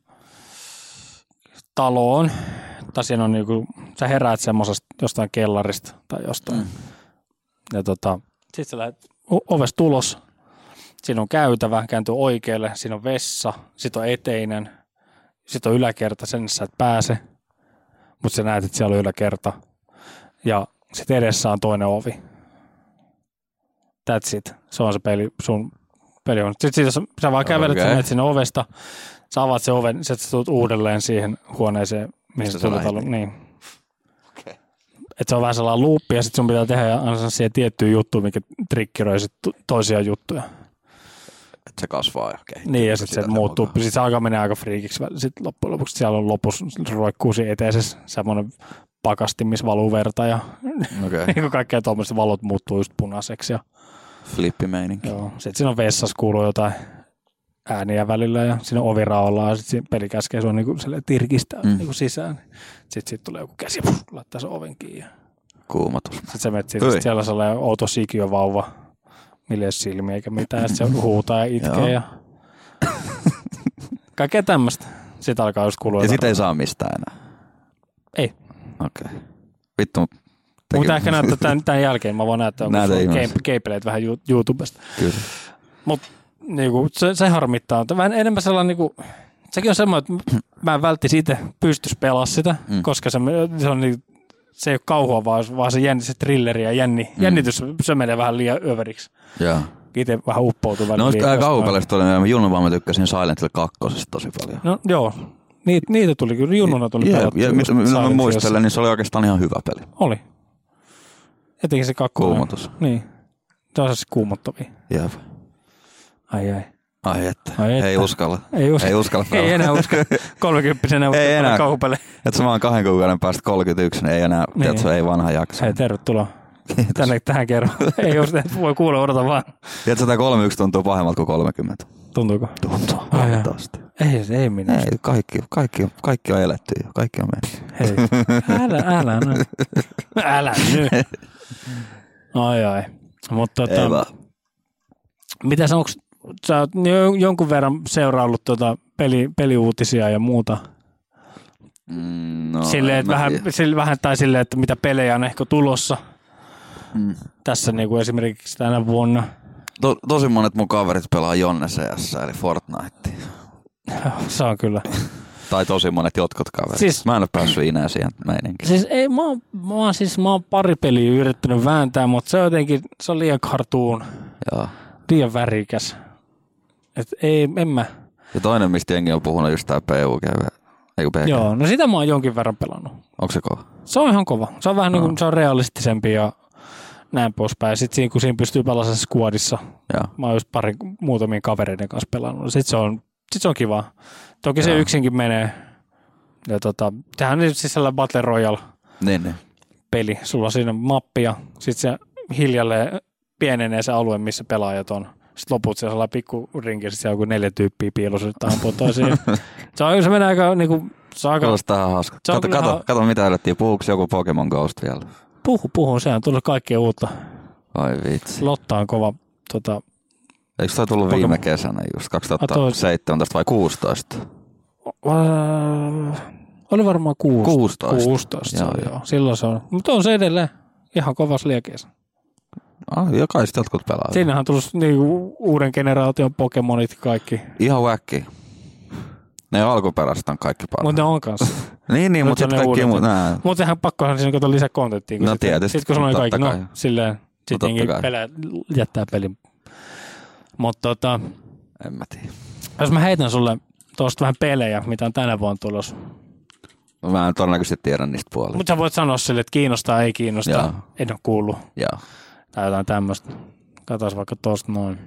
taloon, tai siinä on niinku, sä heräät semmoisesta jostain kellarista tai jostain. Ja sit sä lähdet ovesta tulos. Siinä on käytävä, kääntyy oikealle, siinä on vessa, sit on eteinen, sit on yläkerta, sen sä et pääse, mutta sä näet, että siellä on yläkerta. Ja sit edessä on toinen ovi. That's it. Se on se peli, sun peli on. Sitten sä vaan kävelet, sä menet sinne ovesta, sä avaat sen oven, sit sä tulet uudelleen siihen huoneeseen, mihin sä tulet ollut. Niin. Okay. Että se on vähän sellainen luuppi ja sit sun pitää tehdä aina siihen tiettyä juttua, mikä trikkiroi sit toisia juttuja. Että se kasvaa ja kehittyy. Niin ja sitten se muuttuu. Sitten se alkaa mennä aika friikiksi. Sitten loppujen lopuksi siellä on lopussa roikkuu siinä eteisessä semmoinen pakasti, missä valuu verta ja niin kaikkea tuommoista valot muuttuu just punaiseksi. Ja flippimeininki. Joo. Sitten siinä on vessassa kuuluu jotain ääniä välillä ja siinä on oviraolla ja sitten peli käskee sua niin tirkistää niin sisään. Sitten siitä tulee joku käsi ja laittaa se oven kiinni. Kuumatus. Sitten sä menet siellä sellainen outo sikiövauva. Millä ei ole silmiä eikä mitään. Sitten se huutaa ja itkee ja kaikkea tämmöistä. Sitten alkaa just kuulua. Ja sitten ei saa mistään enää? Ei. Okei. Vittu. Mutta ehkä näyttää tämän jälkeen. Mä voin näyttää gameplayt vähän YouTubesta. Kyllä. Mutta niinku, se harmittaa. Vähän enemmän sellainen, niinku, sekin on semmoinen, että mä en välttis itse pystyisi pelaa sitä, koska se on niin, se ei ole kauhua, vaan se thrilleri ja jännitys, se menee vähän liian överiksi. Joo. Itse vähän uppoutuu välillä. No olisi kauhupeleistä tuli, Junnu vaan mä tykkäsin Silent Hill 2 tosi paljon. No joo, niitä tuli kyllä, Junnuna tuli pelattua. Ja mä muistelen, niin se oli oikeastaan ihan hyvä peli. Oli. Etenkin se 2. Kuumotus. Niin. Se on se kuumottavia. Jep. Ai että. Ei uskalla. Ei uskalla. Ei enää uskalla. 30-vuotiaana ei enää kauhupelejä. Että mä oon 2 kuukauden päästä 31, niin ei enää, tiedätkö, ei vanha jakso. Hei, tervetuloa. Tähän kerran. Ei voi kuulla, odota vaan. Tiedätkö, tämä 31 tuntuu pahemmalta kuin 30. Tuntuuko? Tuntuu. Valitettavasti. Ei minä. Ei, kaikki on eletty jo. Kaikki on mennyt. Hei, älä nyt. Ai. Mutta mitä sanoks, sä oot jonkun verran seuraillut peliuutisia ja muuta? No, silleen, vähän tai silleen, että mitä pelejä on ehkä tulossa tässä niin kuin esimerkiksi tänä vuonna. Tosi monet mun kaverit pelaa Jonne CS eli Fortnite. Se on kyllä. Tai tosi monet jotkut kaverit. Siis, mä en ole päässyt enää siihen meininkiin. Siis ei, mä oon pari peliä yrittänyt vääntää, mutta se on jotenkin, se on liian cartoon. Joo. Liian värikäs. Et en mä. Ja toinen, mistä jengi on puhunut, just tää PUGV. Joo, no sitä mä oon jonkin verran pelannut. Onko se kova? Se on ihan kova. Se on vähän niin kuin, se on realistisempi ja näin poispäin. Sitten kun siinä pystyy pelaamaan squadissa. Mä oon just muutamien kavereiden kanssa pelannut. Sitten se on kiva. Toki se yksinkin menee. Ja tämähän on siis sellainen Battle Royale peli. Sulla on siinä mappi ja sitten se hiljalleen pienenee se alue, missä pelaajat on. Sitten loput siellä sellainen pikku rinki, sitten siellä on 4 tyyppiä piilossa, että ampuu toisiin. Se menee aika niinku... Kuulostaa hauska. Kato mitä elettiin. Puhuuko joku Pokemon Ghost vielä? Puhun. Sehän on tullut kaikkea uutta. Ai vitsi. Lotta on kova... Eikö toi tullut viime kesänä just 2017 vai 2016? Oli varmaan 16. 16 joo. Silloin se on. Mutta on se edelleen ihan kovas liekeissä. Jokaista jotkut pelaa. Siinähän on tullut niinku uuden generaation Pokemonit kaikki. Ihan wacky. Ne alkuperäiset on kaikki parhaat. Mutta ne on kanssa. niin, mutta sitten kaikki muut. Mutta sehän pakkohan siinä kato lisää kontenttia. No tietysti. Sitten kun sanoi kaikki, silleen, sitten jättää pelin. Mutta en mä tiedä. Jos mä heitän sulle tuosta vähän pelejä, mitä on tänä vuonna tulossa. Mä en todennäköisesti tiedä niistä puolista. Mutta sä voit sanoa sille, että kiinnostaa, ei kiinnosta. En ole kuullut. Joo. Tai jotain tämmöistä. Katsotaan vaikka tosta noin.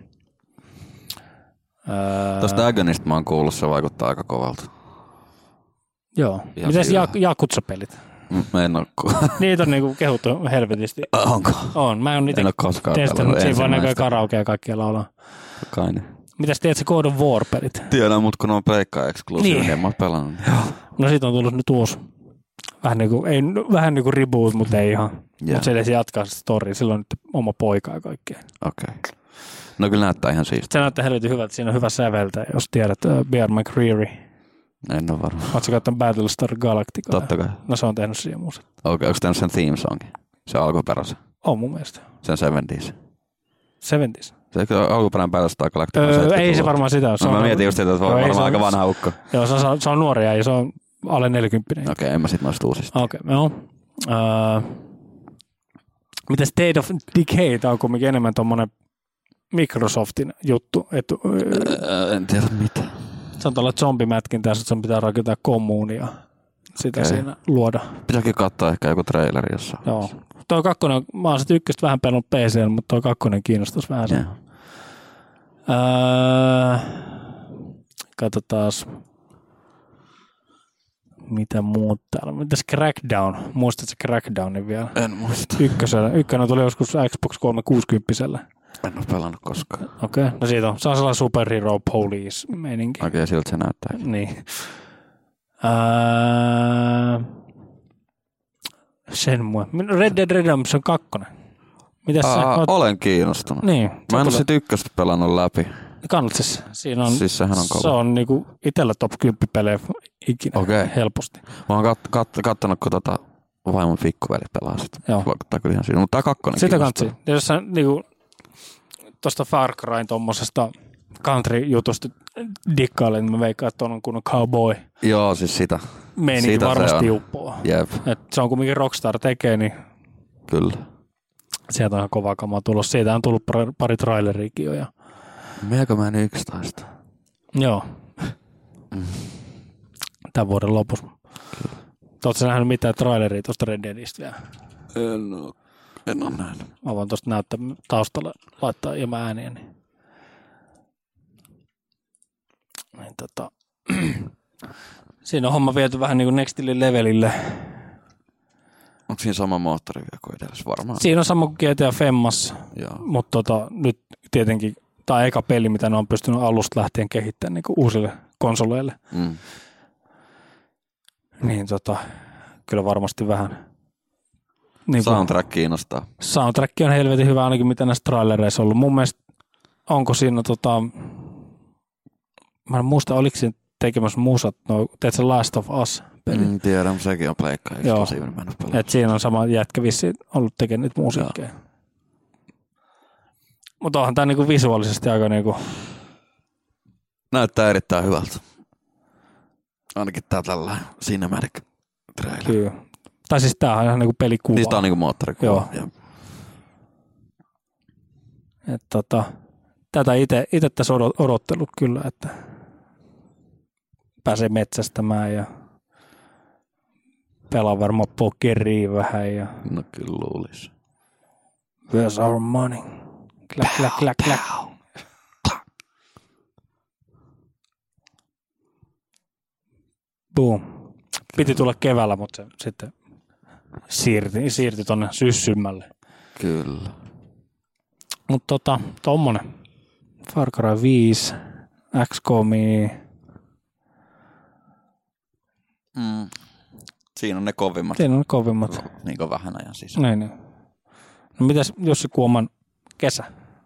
Tuosta Agonista mä oon kuullut, se vaikuttaa aika kovalta. Joo. Mites Jakutsa-pelit? Mä en oo Niitä on niinku kehuttu helvetisti. Onko? On. Mä en niitä testannut. Siinä vaan näköjään karaokea kaikkia laulaa. Kainen. Mitäs tiedät se God of War-pelit? Tiedän, mutta kun ne on Pleikka-eksklusiivinen, niin. Mä oon pelannut. No siitä on tullut nyt uusi. Vähän niinku reboot, mutta ei ihan. Mutta se edes jatkaa se story. Sillä on nyt oma poika ja kaikkea. Okei. No kyllä näyttää ihan siistiä. Se näyttää helvetin hyvältä. Siinä on hyvä säveltä, jos tiedät Bear McCreary. En ole varma. Ootko katsomaan Battlestar Galactica? Totta kai. No se on tehnyt siihen muuset. Okei, onko tehnyt sen theme songin? Se alkuperäisen? On mun mielestä. Sen 70s? 70s? Se alkuperäinen Battlestar Galactica? Ei se varmaan sitä. Mä mietin just, että on varmaan aika vanha ukko. Joo, se on nuoria ja se on alle 40. Okei, en mä sit noista uusista. Okei, joo. Mitä State of Decay? Tää on kumminkin enemmän tommonen Microsoftin juttu. En tiedä mitä. Se on tuolla zombimätkin tässä, että sen pitää rakentaa kommuunia. Sitä siinä luoda. Pitääkin katsoa ehkä joku traileri jossain. Joo. Tuo kakkonen, mä oon sit ykköstä vähän pelannut PC:llä, mutta tuo kakkonen kiinnostaisi vähän sen. Katsotaas. Mitä muut täällä? Mitäs Crackdown? Muistatko Crackdownin vielä? En muista. Ykkönen tuli joskus Xbox 360. En ole pelannut koskaan. Okei. No siitä on. Se on sellainen superhero police meininki. Okei, siltä se näyttää. Niin. Red Dead Redemption 2. Mitäs sä? Olen kiinnostunut. Niin. Mä en ole sit ykköstä pelannut läpi. Kannattais. Siinä on, siis sehän on kova. Se on niinku itellä top 10 pelejä ikinä helposti. Mä oon kattonut, kun vaimon pikkuveli pelaa sitä. Joo. Vaikuttaa kyllä ihan siinä. Mutta tää kakkonen sitä kiinnostaa. Ja jos sä niinku tosta Far Cryn tommosesta country-jutusta dikkailen, niin mä veikkaan, että on kunnon cowboy. Joo, siis sitä. Meininki varmasti uppoaa. Jep. Et se on kumminkin Rockstar tekee, niin kyllä. Sieltä on ihan kovaa kamaa tulossa. Siitä on tullut pari traileriikin jo. Mega Man 11. Joo. Tämän vuoden lopussa. Oletko nähnyt mitään traileria tuosta Red Deadistä vielä? En ole nähnyt. Mä voin tuosta näyttää taustalla, laittaa ilman ääniä. Niin siinä on homma viety vähän niin kuin nextille levelille. Onko siinä sama moottori vielä kuin edellis varmaan? Siinä on sama kuin GTA Femmas, mutta nyt tietenkin tämä eka peli, mitä ne on pystynyt alusta lähtien kehittämään niin kuin uusille konsoleille. Niin kyllä varmasti vähän. Niin soundtrack kiinnostaa. Soundtrack on helvetin hyvä ainakin mitä näissä trailereissa on ollut. Mun mielestä onko siinä mä en muista oliko siinä tekemässä musat, teetkö Last of Us -peli? Tiedän, mutta sekin on pleikka. Joo, että siinä on sama jätkä vissiin ollut tekemään niitä musiikkeja. Mutta onhan tää niinku visuaalisesti aika niinku näyttää erittäin hyvältä. Ainakin tää tällainen cinematic trailer. Kyllä. Tai siis tää on ihan niinku pelikuva. Niin tää on niinku moottorikuva. Joo. Tätä ite tässä odottellut kyllä, että pääsee metsästämään ja pelaa varmaan pokeria vähän. Ja no kyllä luulis. Where's our money? Clack, clack, clack, clack. Boom. Piti tulla keväällä, mutta se sitten siirtyi tonne syssymmälle. Kyllä. Mutta tommonen Far Cry 5, XCOMia. Siinä on ne kovimmat. Niin kuin vähän ajan sisään. Niin. No mitäs Jussi Kuoman kesä?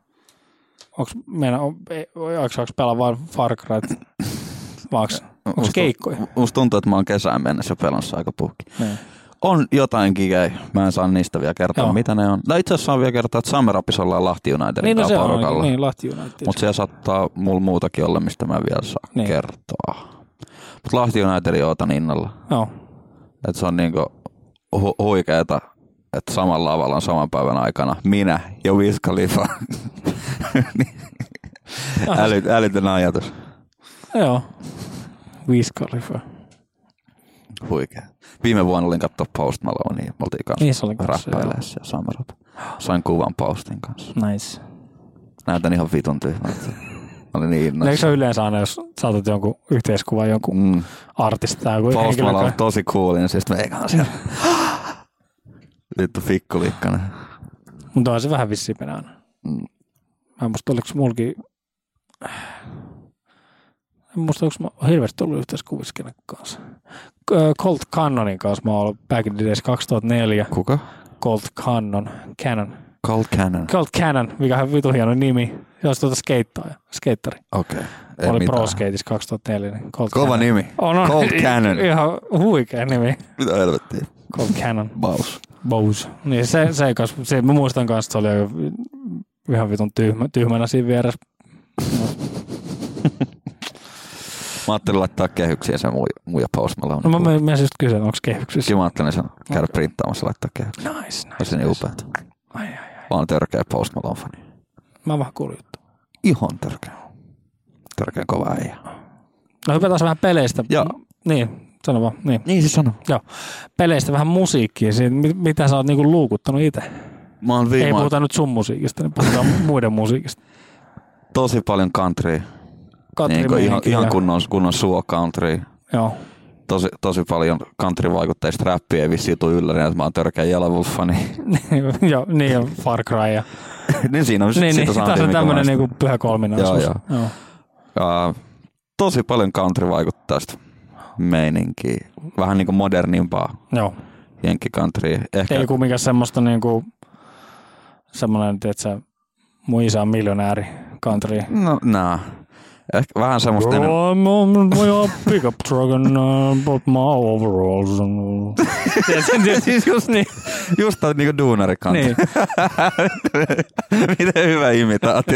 Onko pelaa vain Far Cry? Onko keikkoja? Musta tuntuu, että mä oon kesään mennessä pelannut aika puhki. On jotain gigejä. Mä en saa niistä vielä kertoa, mitä ne on. No itse asiassa saan vielä kertoa, että Summer Rapissa ollaan Lahti Unitedin niin, porukalla. Niin, Lahti United. Mutta siellä saattaa mulla muutakin olla, mistä mä vielä saa kertoa. Mutta Lahti Unitedin ootan innolla. Joo. Että se on niinku huikeeta, että samalla lavalla on saman päivän aikana minä ja Wiz Khalifa. Älytön ajatus. Joo. Wiz Khalifa. Huikea. Viime vuonna olin katsoa Post Malonea. Me oltiin kanssa räppäileessä ja Summer Rap. Sain kuvan Postin kanssa. Nice. Näytän ihan vitun tyhmältä. Oli niin innoissa. Eikö se yleensä aina, jos saatat jonkun yhteiskuvan, jonkun artistin tai joku Post Malone on tosi coolin, siis meikaan siellä. Vittu fikkuliikkainen. Mutta on se vähän vissiin penään. Mä en muista, oliko mulki... En muista, onko mä hirveästi ollut yhteiskuvissa kenen kanssa. Colt Cannonin kanssa mä oon ollut back in the days 2004. Kuka? Colt Cannon. Colt Cannon, mikä on vitu hieno nimi. Se olisi skeittari. Okei. Oli Pro Skateissa 2004. Niin Kova Cannon. nimi. On. Colt Cannon. Ihan huikea nimi. Mitä helvettiä? Colt Cannon. Bose. Niin se mä muistan kanssa, että se oli ihan vitun tyhmänä siinä vieressä. Mä ajattelin laittaa kehyksiä sen muja Post Malone. No mä just kysyn, onko kehyksissä? Kyllä mä ajattelin sen käydä printtaamassa laittaa kehyksiä. Nice. Se niin upeat. Ai. Mä oon törkeä Post Malone fani. Mä oon vähän kuullut juttu. Ihan törkeä. Törkeän kova äijä. No hypätään vähän peleistä. Joo. Niin, sano vaan. Niin siis sano. Joo. Peleistä vähän musiikkia. Siitä, mitä sä oot niinku luukuttanut itse? Ei puhuta nyt sun musiikista, niin puhutaan muiden musiikista. Tosi paljon country niin ihan kunnon suo country. Joo. Tosi paljon country-vaikutteista räppiä ei vissiin tule yllärinä, että mä oon törkeä Yelawolf-fani. Joo, niin ja Far Cry. Ja... niin siinä on siitä tässä on tämmöinen niinku pyhä kolminaisuus. Joo. Tosi paljon country-vaikutteista meininkiä. Vähän niinku modernimpaa. Joo. Jenkki-country. Ehkä... Ei kumminkaan semmoista niinku, semmoinen, että mun isä on miljonääri country. No, ehkä vähän semmoista... I'm pick-up truck and bought my overalls. Siis just niin. Just niinku duunari country. Niin. Miten hyvä imitaatio.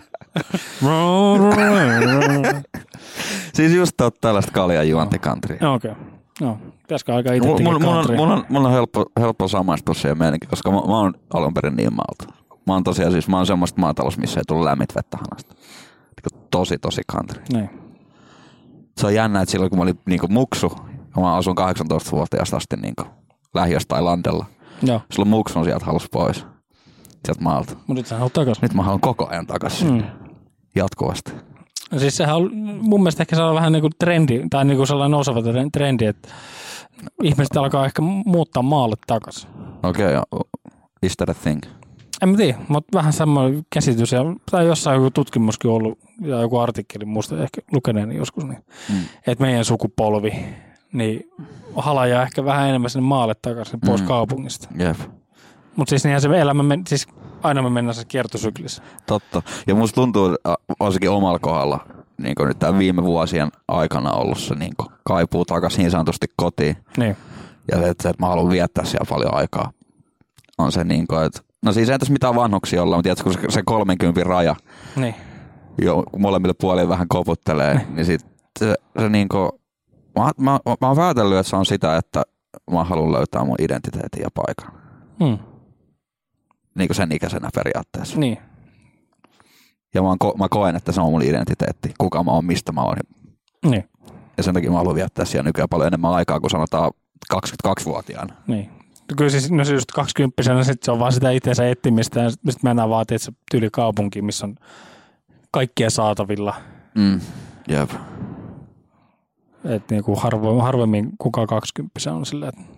Siis just tällaista kaljajuonti country. Okei. No, pitäisikö aika itse tekee country? Mun on helppo samaistua siihen meininkin, koska mä oon alun perin niin maalta. Mä oon semmoista maatalous, missä ei tule lämmit vettä hanasta. Tosi country. Niin. Se on jännä, että silloin kun mä olin niinku muksu, ja mä asun 18-vuotiaasta asti niinku lähiössä tai landella. Joo. Silloin muksun sieltä halus pois. Sieltä maalta. Mutta nyt sä haluat takaisin. Nyt mä haluan koko ajan takaisin. Jatkuvasti. Siis sehän on mun mielestä ehkä sellainen vähän niinku trendi, tai niinku sellainen nouseva trendi, että ihmiset alkaa ehkä muuttaa maalle takaisin. Okei. Is that a thing? En mä tiedä, mutta vähän semmoinen käsitys, tai jossain joku tutkimuskin ollut, ja joku artikkeli muista ehkä lukeneeni joskus, niin, että meidän sukupolvi niin halajaa ehkä vähän enemmän sinne maalle takaisin pois kaupungista. Jep. Mutta siis niinhän se elämä, siis aina me mennään se kiertosyklissä. Totta. Ja musta tuntuu, varsinkin omalla kohdalla, niin nyt tämän viime vuosien aikana ollut se niin kaipuu takaisin niin sanotusti kotiin. Niin. Ja se, että mä haluan viettää siellä paljon aikaa. On se niin kuin, että no siis ei tässä mitään vanhuksia olla, mutta tiedätkö, kun se 30 raja niin. Jo molemmille puolille vähän koputtelee, niin sit se niin kuin, mä oon päätellyt, että se on sitä, että mä haluan löytää mun identiteetin ja paikan. Niin kuin sen ikäisenä periaatteessa. Niin. Ja mä koen, että se on mun identiteetti, kuka mä oon, mistä mä oon. Niin. Ja sen takia mä haluan viettää siellä nykyään paljon enemmän aikaa kuin sanotaan 22-vuotiaana. Niin. Kyllä siis, no just 20-vuotiaana sit se on vaan sitä itsensä etsimistä ja sitten mennään vaatii, että se tyyli kaupunkiin, missä on kaikkia saatavilla. Jep. Että niinku harvemmin kukaan 20 on silleen, että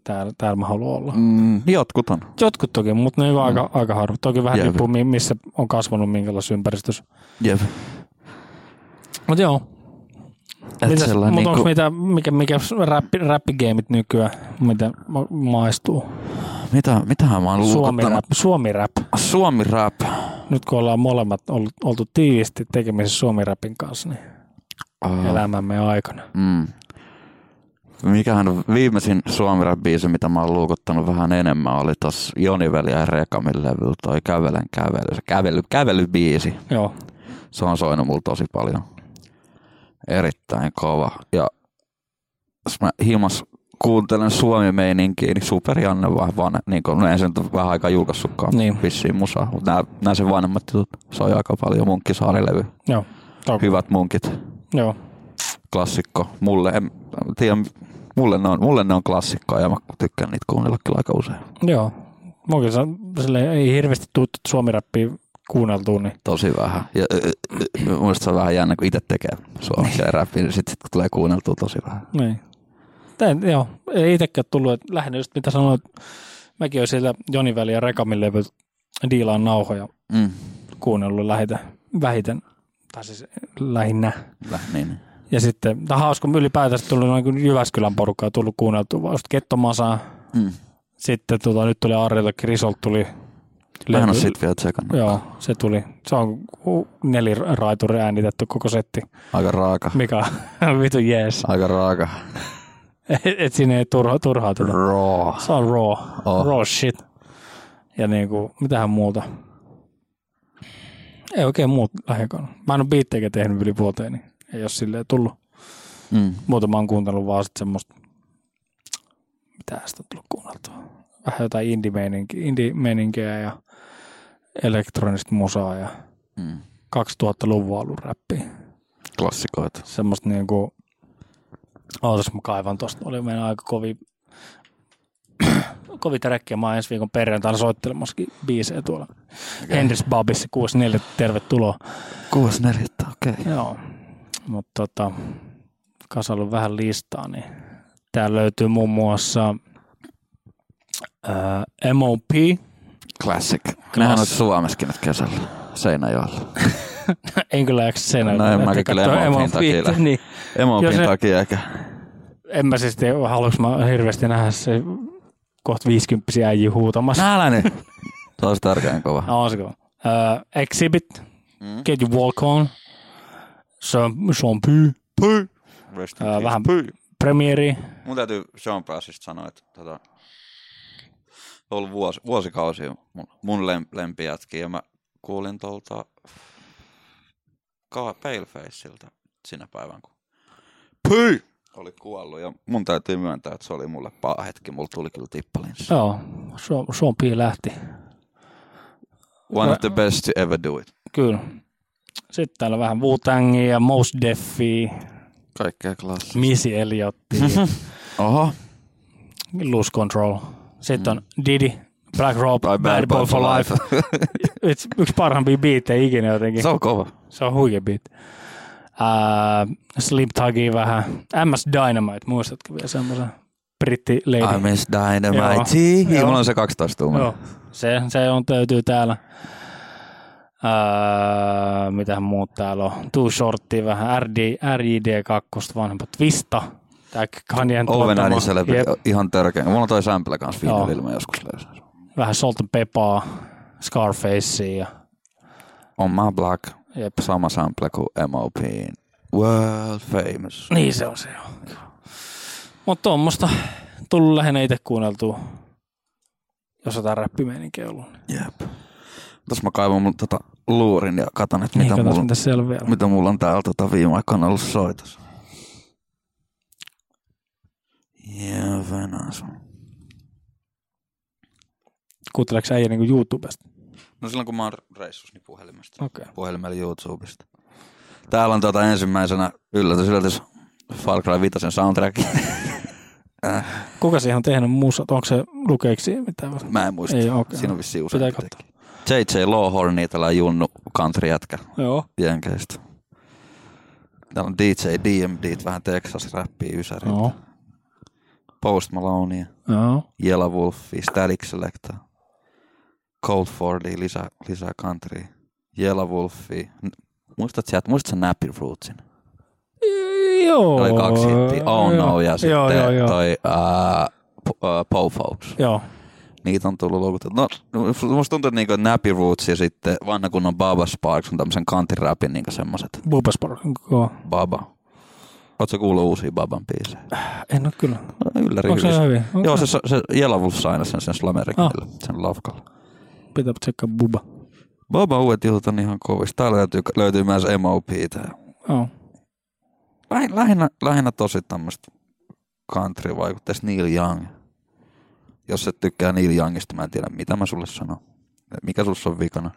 täällä mä haluan olla. Jotkut on. Jotkut toki, mutta ne on aika harva. Toki vähän riippuu, missä on kasvanut, minkälaisessa ympäristössä. Jep. Mutta joo. Mutta onko mikä räppigeimit nykyään, mitä maistuu? Mitähän mä oon luukuttanut? Suomi rap. Nyt kun ollaan molemmat oltu tiiviisti tekemisissä Suomi-rapin kanssa, niin elämämme aikana. Mikähän viimeisin Suomi rap-biisi, mitä mä oon luukuttanut vähän enemmän, oli tossa Joniveli ja Rekamin levyllä toi kävelybiisi. Joo. Se on soinut mulla tosi paljon. Erittäin kova. Ja jos mä himas kuuntelen Suomi-meininkiä, niin Super Janne vaan niin kuin, no ei se nyt vähän aikaa julkaissutkaan vissiin musaa, mutta nää sen vanhemmat jutut soi aika paljon. Munkkisaari-levy. Joo. Hyvät munkit. Joo. Klassikko. Mulle ne on klassikkoja ja mä tykkään niitä kuunnella kyllä aika usein. Joo. Mulla ei hirveästi tuttu Suomi-rappia kuunneltua. Niin. Tosi vähän. Ja muista se on vähän jännä, kun itse tekee suomalaisia räppiä, niin sitten kun tulee kuunneltua tosi vähän. Niin. Joo, ei itsekään tullut. Lähinnä just mitä sanoit, mäkin olen siellä Joniväli ja Rekamin levyt diilaan nauhoja kuunnellut vähiten, tai siis lähinnä. Niin. Ja sitten, tämä on hauska, ylipäätänsä tullut noin Jyväskylän porukkaa tullut kuunneltua, vaan just Kettomasaa. Sitten nyt tuli Arrilta, Krisolta tuli. Mä en ole sit vielä tsekannut. Joo, se tuli. Se on 4 raituri äänitetty koko setti. Aika raaka. Mikä on vitu jees. Aika raaka. Et siinä ei turhaa tulla. Raw. Se on raw. Raw shit. Ja niinku, mitähän muuta. Ei oikein muut lähikaan. Mä en ole biittejä tehnyt yli vuoteen, niin ei ole silleen tullut. Muuta mä oon kuunnellut vaan sit semmoista, mitä sitä on tullut kuunneltua. Vähän jotain indie-meininkiä ja elektronista musaa ja 2000-luvun alun räppiä. Klassikoita. Semmoista niinku, ootas mä kaivan tosta, oli meidän aika kovin tärkeä. Mä oon ensi viikon perjantaina soittelemassakin biisejä tuolla Hendrix Babissa 64, tervetuloa. 64, okei. Okay. Joo, mutta kasalla vähän listaa, niin täällä löytyy muun muassa M.O.P. Classic. Nehän on Suomessakin nyt kesällä Seinäjoella. En kyllä jaksa Seinäjoella. No en mäkin kyllä M.O.P:n takia. Niin. M.O.P:n takia eikä. En mä siis tiedä, haluanko mä hirveästi nähdä se kohta 50 äijä huutamassa. Älä nyt. Se olisi tärkeän kova. No, on se kova. Exhibit. Get you walk on. Sean Py. Vähän premieri. Mun täytyy Sean Prassista sanoa, että on ollut vuosikausia mun lempijätkiä ja mä kuulin tuolta Palefaceilta sinä päivän, kun Py oli kuollut ja mun täytyy myöntää, että se oli mulle paha hetki. Mulla tuli kyllä tippalinssa. Joo, Sean P lähti. One of the best to ever do it. Kyllä. Sitten täällä vähän Wu-Tangia ja Mos Defia. Kaikkea klassista. Missy Elliotia. Oho. Loose Control. Sitten on Diddy, Black Rob, Bad Boy for Life. Yksi parhaimpia biittejä ikinä jotenkin. Se on kova. Se on huikea biitti. Slim Thuggia vähän. MS Dynamite, muistatko vielä semmoisen britti lady? MS Dynamite. Mulla on se 12 tuumaa. Joo, se on löytyy täällä. Mitähän muut täällä on? Too Shortia vähän. RJD2 vanhempa. Twista. Tää Kanyen tuottama. Ihan törkeä. Mulla on toi sample kanssa viime mä joskus löysin. Vähän Salt and Peppaa, Scarfacea ja On My Black. Jep. Sama sample kuin M.O.P. World Famous. Niin se on se joo. Mutta tuommoista tullut lähinnä itse kuunneltua, jos jotain räppimeininkiä ollut. Jep. Tässä mä kaivan mun luurin ja katon, että mitä mulla on täällä viime aikoina ollut soitos. Ja venas. Kuunteleeko äijä niinku YouTubesta? No silloin kun mä oon reissussa, niin puhelimesta. Okay. Puhelimella YouTubesta. Täällä on ensimmäisenä yllätys Far Cry 5 soundtrack. Kuka siihen on tehnyt musat? Onko se lukeeksi mitään? Mä en muista. Ei, okay. Siinä on vissiin usein. J.J. Lawhornia, tällainen junnu country-jätkä. Joo. Jenkeistä. Täällä on DJ DMD, vähän Texas-räppiä, ysärit. Joo. Post Malonea, Yellow Wolfia, Static Selecta, Cold Fordia, lisää country, Yellow Wolfia. Muistatko Nappy Rootsin? Joo. Oli 2 hittiä. Oh no, ja sitten toi Po Folks. Joo. Niitä on tullut lukutettu. No, musta tuntuu, että niinku Nappy Roots ja sitten vanha kunnon Baba Sparks on tämmösen country-rapin niinku semmoset. Baba Sparks, joo. Baba. Ootko kuullut uusia Baban biisejä? En oo kyllä. Onko se hyvin? Joo, se Yellow Wolf sai aina sen Slamerikille, sen lafkalla. Pitää tsekkaa Baba. Baba uudet jutut on ihan kovista. Täällä löytyy myös M.O.P.tä. Oh. Lähinnä tosi tämmöistä country-vaikutteista Neil Young. Jos et tykkää Neil Youngista, mä en tiedä mitä mä sulle sanon. Mikä sussa on vikana?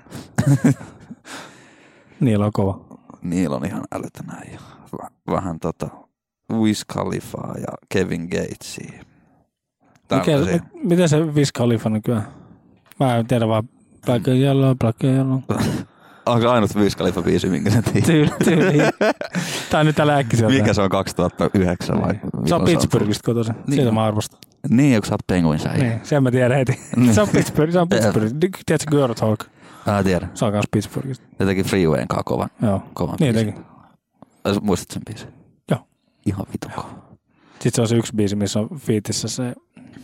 Neil on kova. Neil on ihan älytönä ja vähän Wiz Khalifaa ja Kevin Gatesia. Miten se Wiz Khalifa nykyään? Mä en tiedä vaan Black and Yellow. Onko ainut Wiz Khalifa biisi, minkä sä tiedät? Tyyli. Tää on nyt täällä äkkiseltä. Mikä se on 2009 vai? Se on Pittsburghista kotoisin. Niin. Siitä mä arvostan. Niin, onko sä oot Penguins äijä? Niin, sen mä tiedän heti. Se on Pittsburgh. Tiedätkö Girl Talk? Tiedän. Se on kans Pittsburghista. Ne teki Freewayn kanssa kovan niin biisin. Muistat sen biisin? Joo. Ihan vitun kova. Sitten se on se yksi biisi, missä on fiitissä se,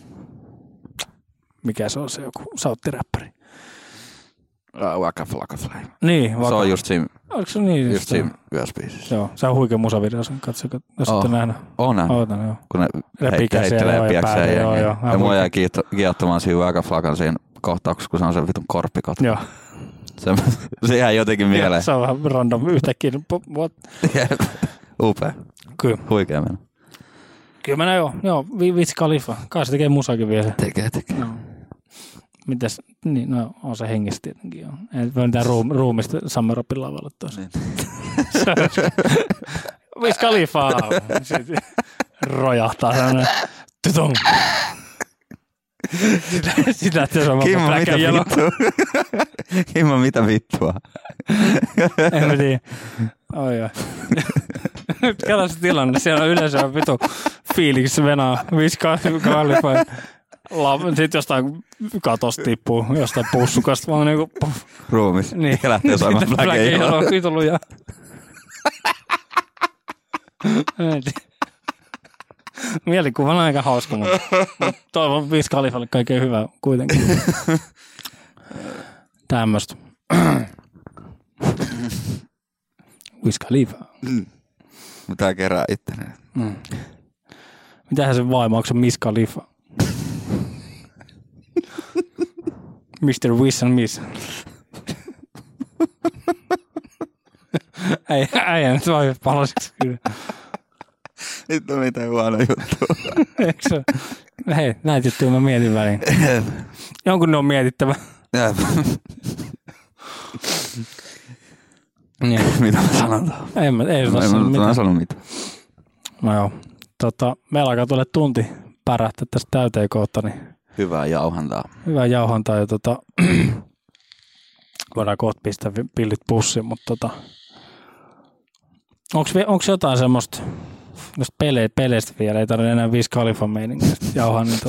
mikä se on se joku sauttiräppäri. Waka Flocka Flame. Niin, se on just siinä. Oliko se niin? Just siinä yhdessä biisissä. Joo, se on huikea musavideo, katsokaa, jos ette nähnyt. Oon nähnyt. Ootan, joo. Kun ne heittelee piäkseen jengiä. Ja mua jäi kiehtomaan siinä Waka Flockan siinä kohtauksessa, kun se on se vitun korppikot. Joo. Se jäi jotenkin mieleen. Se on vähän random yhtäkkiä. Upea. Kyllä. Huikea mennä. Kyllä mennä joo. Wiz Khalifa. Kai se tekee musakin vielä. Tekee. No. Mitäs? Niin, no on se hengistä tietenkin. Ei voi mitään ruumista Summeropin lavalle tuossa. Niin. Wiz Khalifa. Sitten rojahtaa sellainen. Tutong. Sitä, että se on Black and Yellow. Kimmo, mitä vittua? En mä tiedä. Oi. Nyt kato se tilanne. Siellä yleensä on vitu fiiliksissä venaa Wiz Khalifa. Sitten jostain katosta tippuu, jostain pussukasta vaan niinku... Ruumis. Niin. Ja lähtee soimaan Black and Yellow. Vituluja. Mielikuva on aika hauska, mutta toivon Wiz Khalifalle kaikkein hyvää kuitenkin. Tämmöstä. Wiz Khalifa. Mitä kerää ittenen. Mitähän se vaimo, onko se Miss Khalifa? Mr. Wiz and Miss. Äijä nyt vaan palasiksi kyllä. Nyt on mitään huono juttu. Eikö se? Hei, näitä juttuja mä mietin väliin. Jonkun ne on mietittävä. Niin. Mitä mä sanon? Ei sano mitään. No joo. Meillä alkaa tuolle tunti pärähtää tästä täyteen kohta. Niin hyvää jauhantaa. Hyvää jauhantaa ja voidaan kohta pistää pillit pussiin, mutta onko jotain semmoista, jos peleistä vielä, ei tarvitse enää Wiz Khalifan meininkiä jauhaa, niin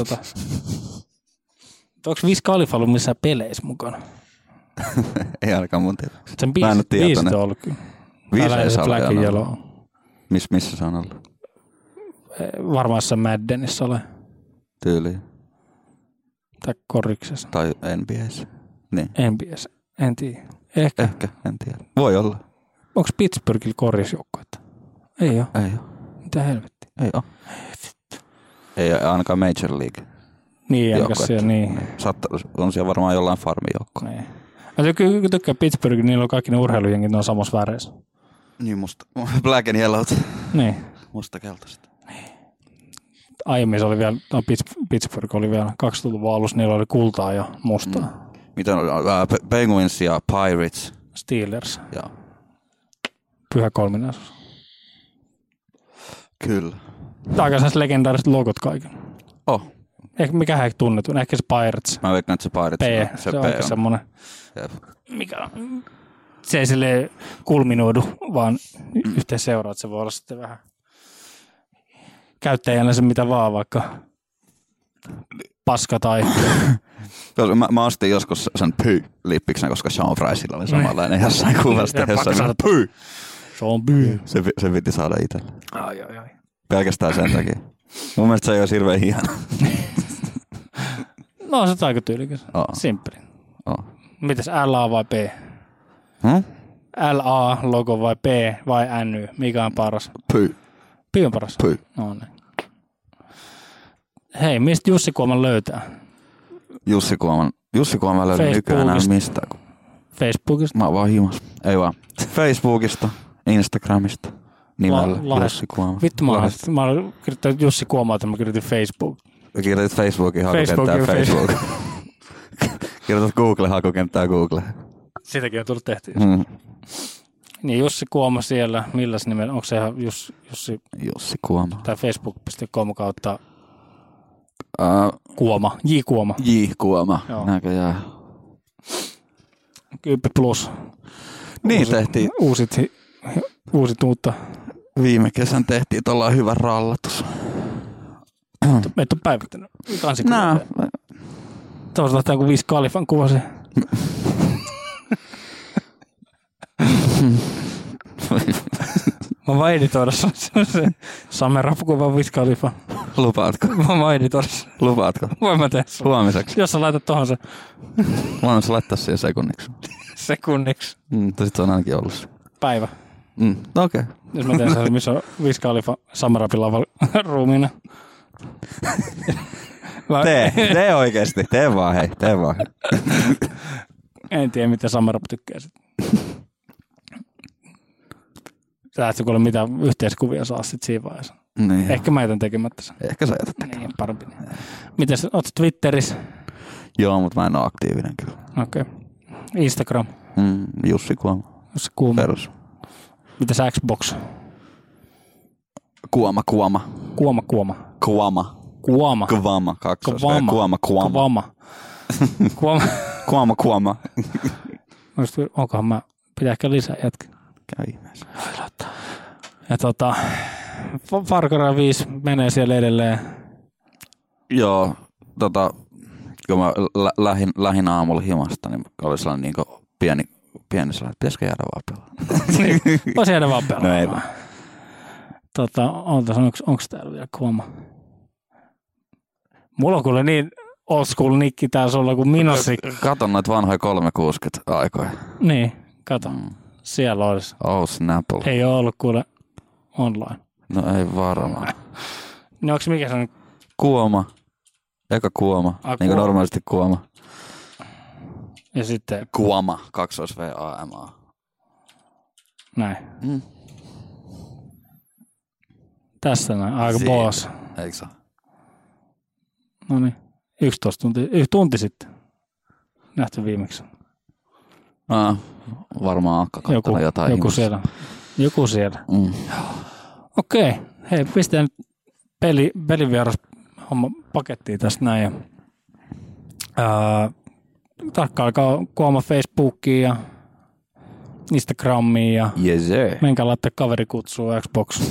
onko Wiz Khalifa ollut missään peleissä mukana? Ei ainakaan mun tiedä. Sen biisit on ollut kyllä. Biiseissä Black and Yellow. Missä se on ollut? Varmaan se Maddenissa ole. Tyyliin. Tai Koriksessa. Tai NBA:ssä. Niin. NBA:ssä. En tiedä. Ehkä, en tiedä. Voi olla. Onko Pittsburghilla korisjoukkoita? Ei ole. Ei ole. Mitä helvettiä? Ei ole. Ei ainakaan Major League. Niin, ainakaan siellä, niin. On siellä varmaan jollain farmijoukkoa. Niin. Mä kyllä tykkään Pittsburghin, niillä on kaikki ne urheilujengit, ne on samassa väreissä. Niin Black and Yellow. Niin. Musta keltaista. Niin. Aiemmin se oli vielä, Pittsburgh oli vielä 2000-luvun alussa, niillä oli kultaa ja mustaa. Mitä on? Penguins ja Pirates. Steelers. Joo. Pyhä kolminaisuus. Kyllä. Aika sellaiset legendaariset logot kaiken. Mikä ehkä tunnetun? Ehkä se Pirates. Mä veikkaan, että se Pirates. Se on aika semmoinen. Mikä se ei silleen kulminoidu, vaan yhteen seuraa, että se voi olla sitten vähän käyttäjällä se mitä vaan, vaikka paska tai... Mä ostin joskus sen Py-lippiksen, koska Sean Priceilla oli samanlainen jossain kuvasta. Jossain Py! Sean Py. Se piti saada itselle. Ai. Pelkästään sen takia. Mun mielestä se ei ole hirveän hieno. No se on aika tyylikäs. Simppeli. Mitäs LA vai P? LA logo vai P vai NY? Mikä on paras? Py. Py on paras? Py. No niin. Hei, mistä Jussi Kuoman löytää? Jussi Kuoman löytää nykyään enää mistään. Facebookista? Mä oon vaan himas. Ei vaan. Facebookista, Instagramista, nimellä Jussi Kuoma. Vittu mä oon kirjoittanut Jussi Kuomaa, että mä kirjoitin Facebook. Kirjoitit Facebookin hakukenttää Facebook. Kirjoitat Google hakukenttää Google. Sitäkin on tullut tehtyä. Niin Jussi Kuoma siellä, milläs nimellä, onko se ihan Jussi Kuoma. Tai facebook.com kautta Kuoma, J. Kuoma. J. Kuoma, näköjään. 10 plus. Niin tehtiin. Uusit uutta. Viime kesän tehtiin tuollainen hyvä rallatus. Meitä on päivittänyt kansikuva. Tuossa lähtee joku 5 Khalifan kuvasi. Mä vaan editoida se Sameraf-kuva 5 Khalifa. Lupaatko? Mä vaan editoida. Lupaatko? Voin mä tehdä sen. Huomiseksi. Jos sä laitat tohon se. Voin sä laittaa siihen sekunniksi. Sekunniksi. Sit se on ainakin ollut se. Päivä. Okei. Okay. Jos mä teen sen, missä on 5 Khalifa Samerafin lavalla ruumiina. Tee oikeesti. Tee vaan hei. En tiedä, mitä Sameraf tykkää sit. Sä et kuule mitään yhteiskuvia saa sit siinä vaiheessa. Niin. Ehkä mä jätän tekemättä sen. Ehkä sä jätät tekemättä. Niin, parempi. Mites, oot Twitterissä? Joo, mutta mä en oo aktiivinen kyllä. Okei. Instagram? Jussi Kuoma. Jussi Kuoma. Perus. Mitäs Xbox? Kuoma. Onkohan mä, pitää ehkä lisää jätkä. Käy ihmeessä. Ja Far Cry 5 menee siellä edelleen. Joo, kun mä lähin aamulla himasta, niin oli sellainen niin pieni sellainen, että pitäisikö jäädä vaan pelaamaan. Voisi jäädä vaan pelaamaan. No ei vaan. Onko täällä vielä Kuoma? Mulla on kuule niin old school nikki tää sulla kuin Minossi. Kato noita vanhoja 360 aikoja. Niin, kato. Siellä olisi. Oh Snapple. Ei ole ollut kuule online. No ei varmaan. No onko mikä se on? Kuoma. Eka Kuoma. Niin kuin normaalisti Kuoma. Ja sitten? Kuoma. 2VAMA. Näin. Tässä näin. Aika boss. Eikö se? No niin. 11 tuntia. Tunti sitten. Nähty viimeksi. Varmaan Akka katsonut jotain Joku siellä. Okei. Hei, pistetään pelivieras homma pakettiin tästä näin. Tarkkailekaa Kuoma Facebookiin ja Instagramiin ja menkää laittaa kaverikutsua Xbox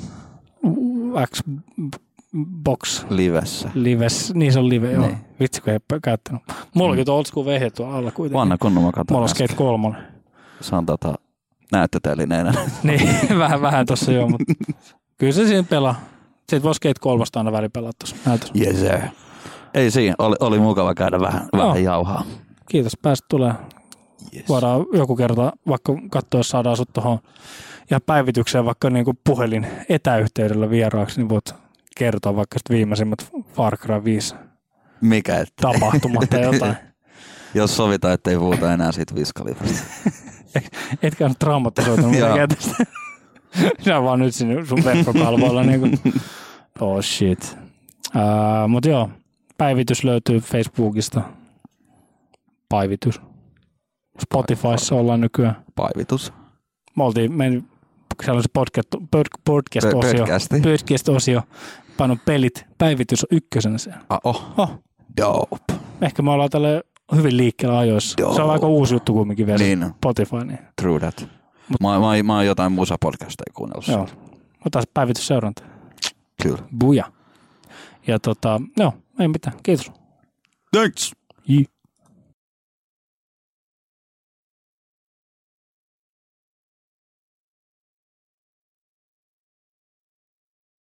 Livessä. Niin se on live, joo. Niin. Vitsi, kun ei käyttänyt. Mullakin on old school vehje tuolla alla kuitenkin. Vanna kunnon mä katson. Mulla on Skate 3. Se on näyttötelineenä. Niin, vähän tossa joo, mutta kyllä se siinä pelaa. Sitten voi Skate 3 aina väliin pelaa tuossa näytössä. Yes, ei siinä, oli mukava käydä vähän jauhaa. Kiitos, pääsit tulemaan. Yes. Voidaan joku kerta vaikka katsoa, jos saadaan sut tuohon ihan päivitykseen vaikka niin kuin puhelin etäyhteydellä vieraaksi, niin voit kertoa vaikka viimeisimmät Far Cry 5 tapahtumat tai jotain. Jos sovitaan, ettei puhuta enää siitä Viskalifasta. Etkä ole traumatisoitunut mitenkään tästä. Sä vaan nyt sinne sun verkkokalvoilla. Niin oh shit. Mutta joo, päivitys löytyy Facebookista. Päivitys. Spotifyssa ollaan nykyään. Päivitys. Siellä on se podcast-osio. Painon pelit. Päivitys on ykkösenä siellä. Dope. Ehkä me ollaan tälle hyvin liikkeellä ajoissa. Dope. Se on aika uusi juttu kumminkin vielä. Niin. Spotify. Niin. True that. Mä oon jotain musapodcasteja kuunnellut. Joo. Otas päivitys seuranta. Kyllä. Buja. Ja Ei mitään, kiitos. Thanks. Jii.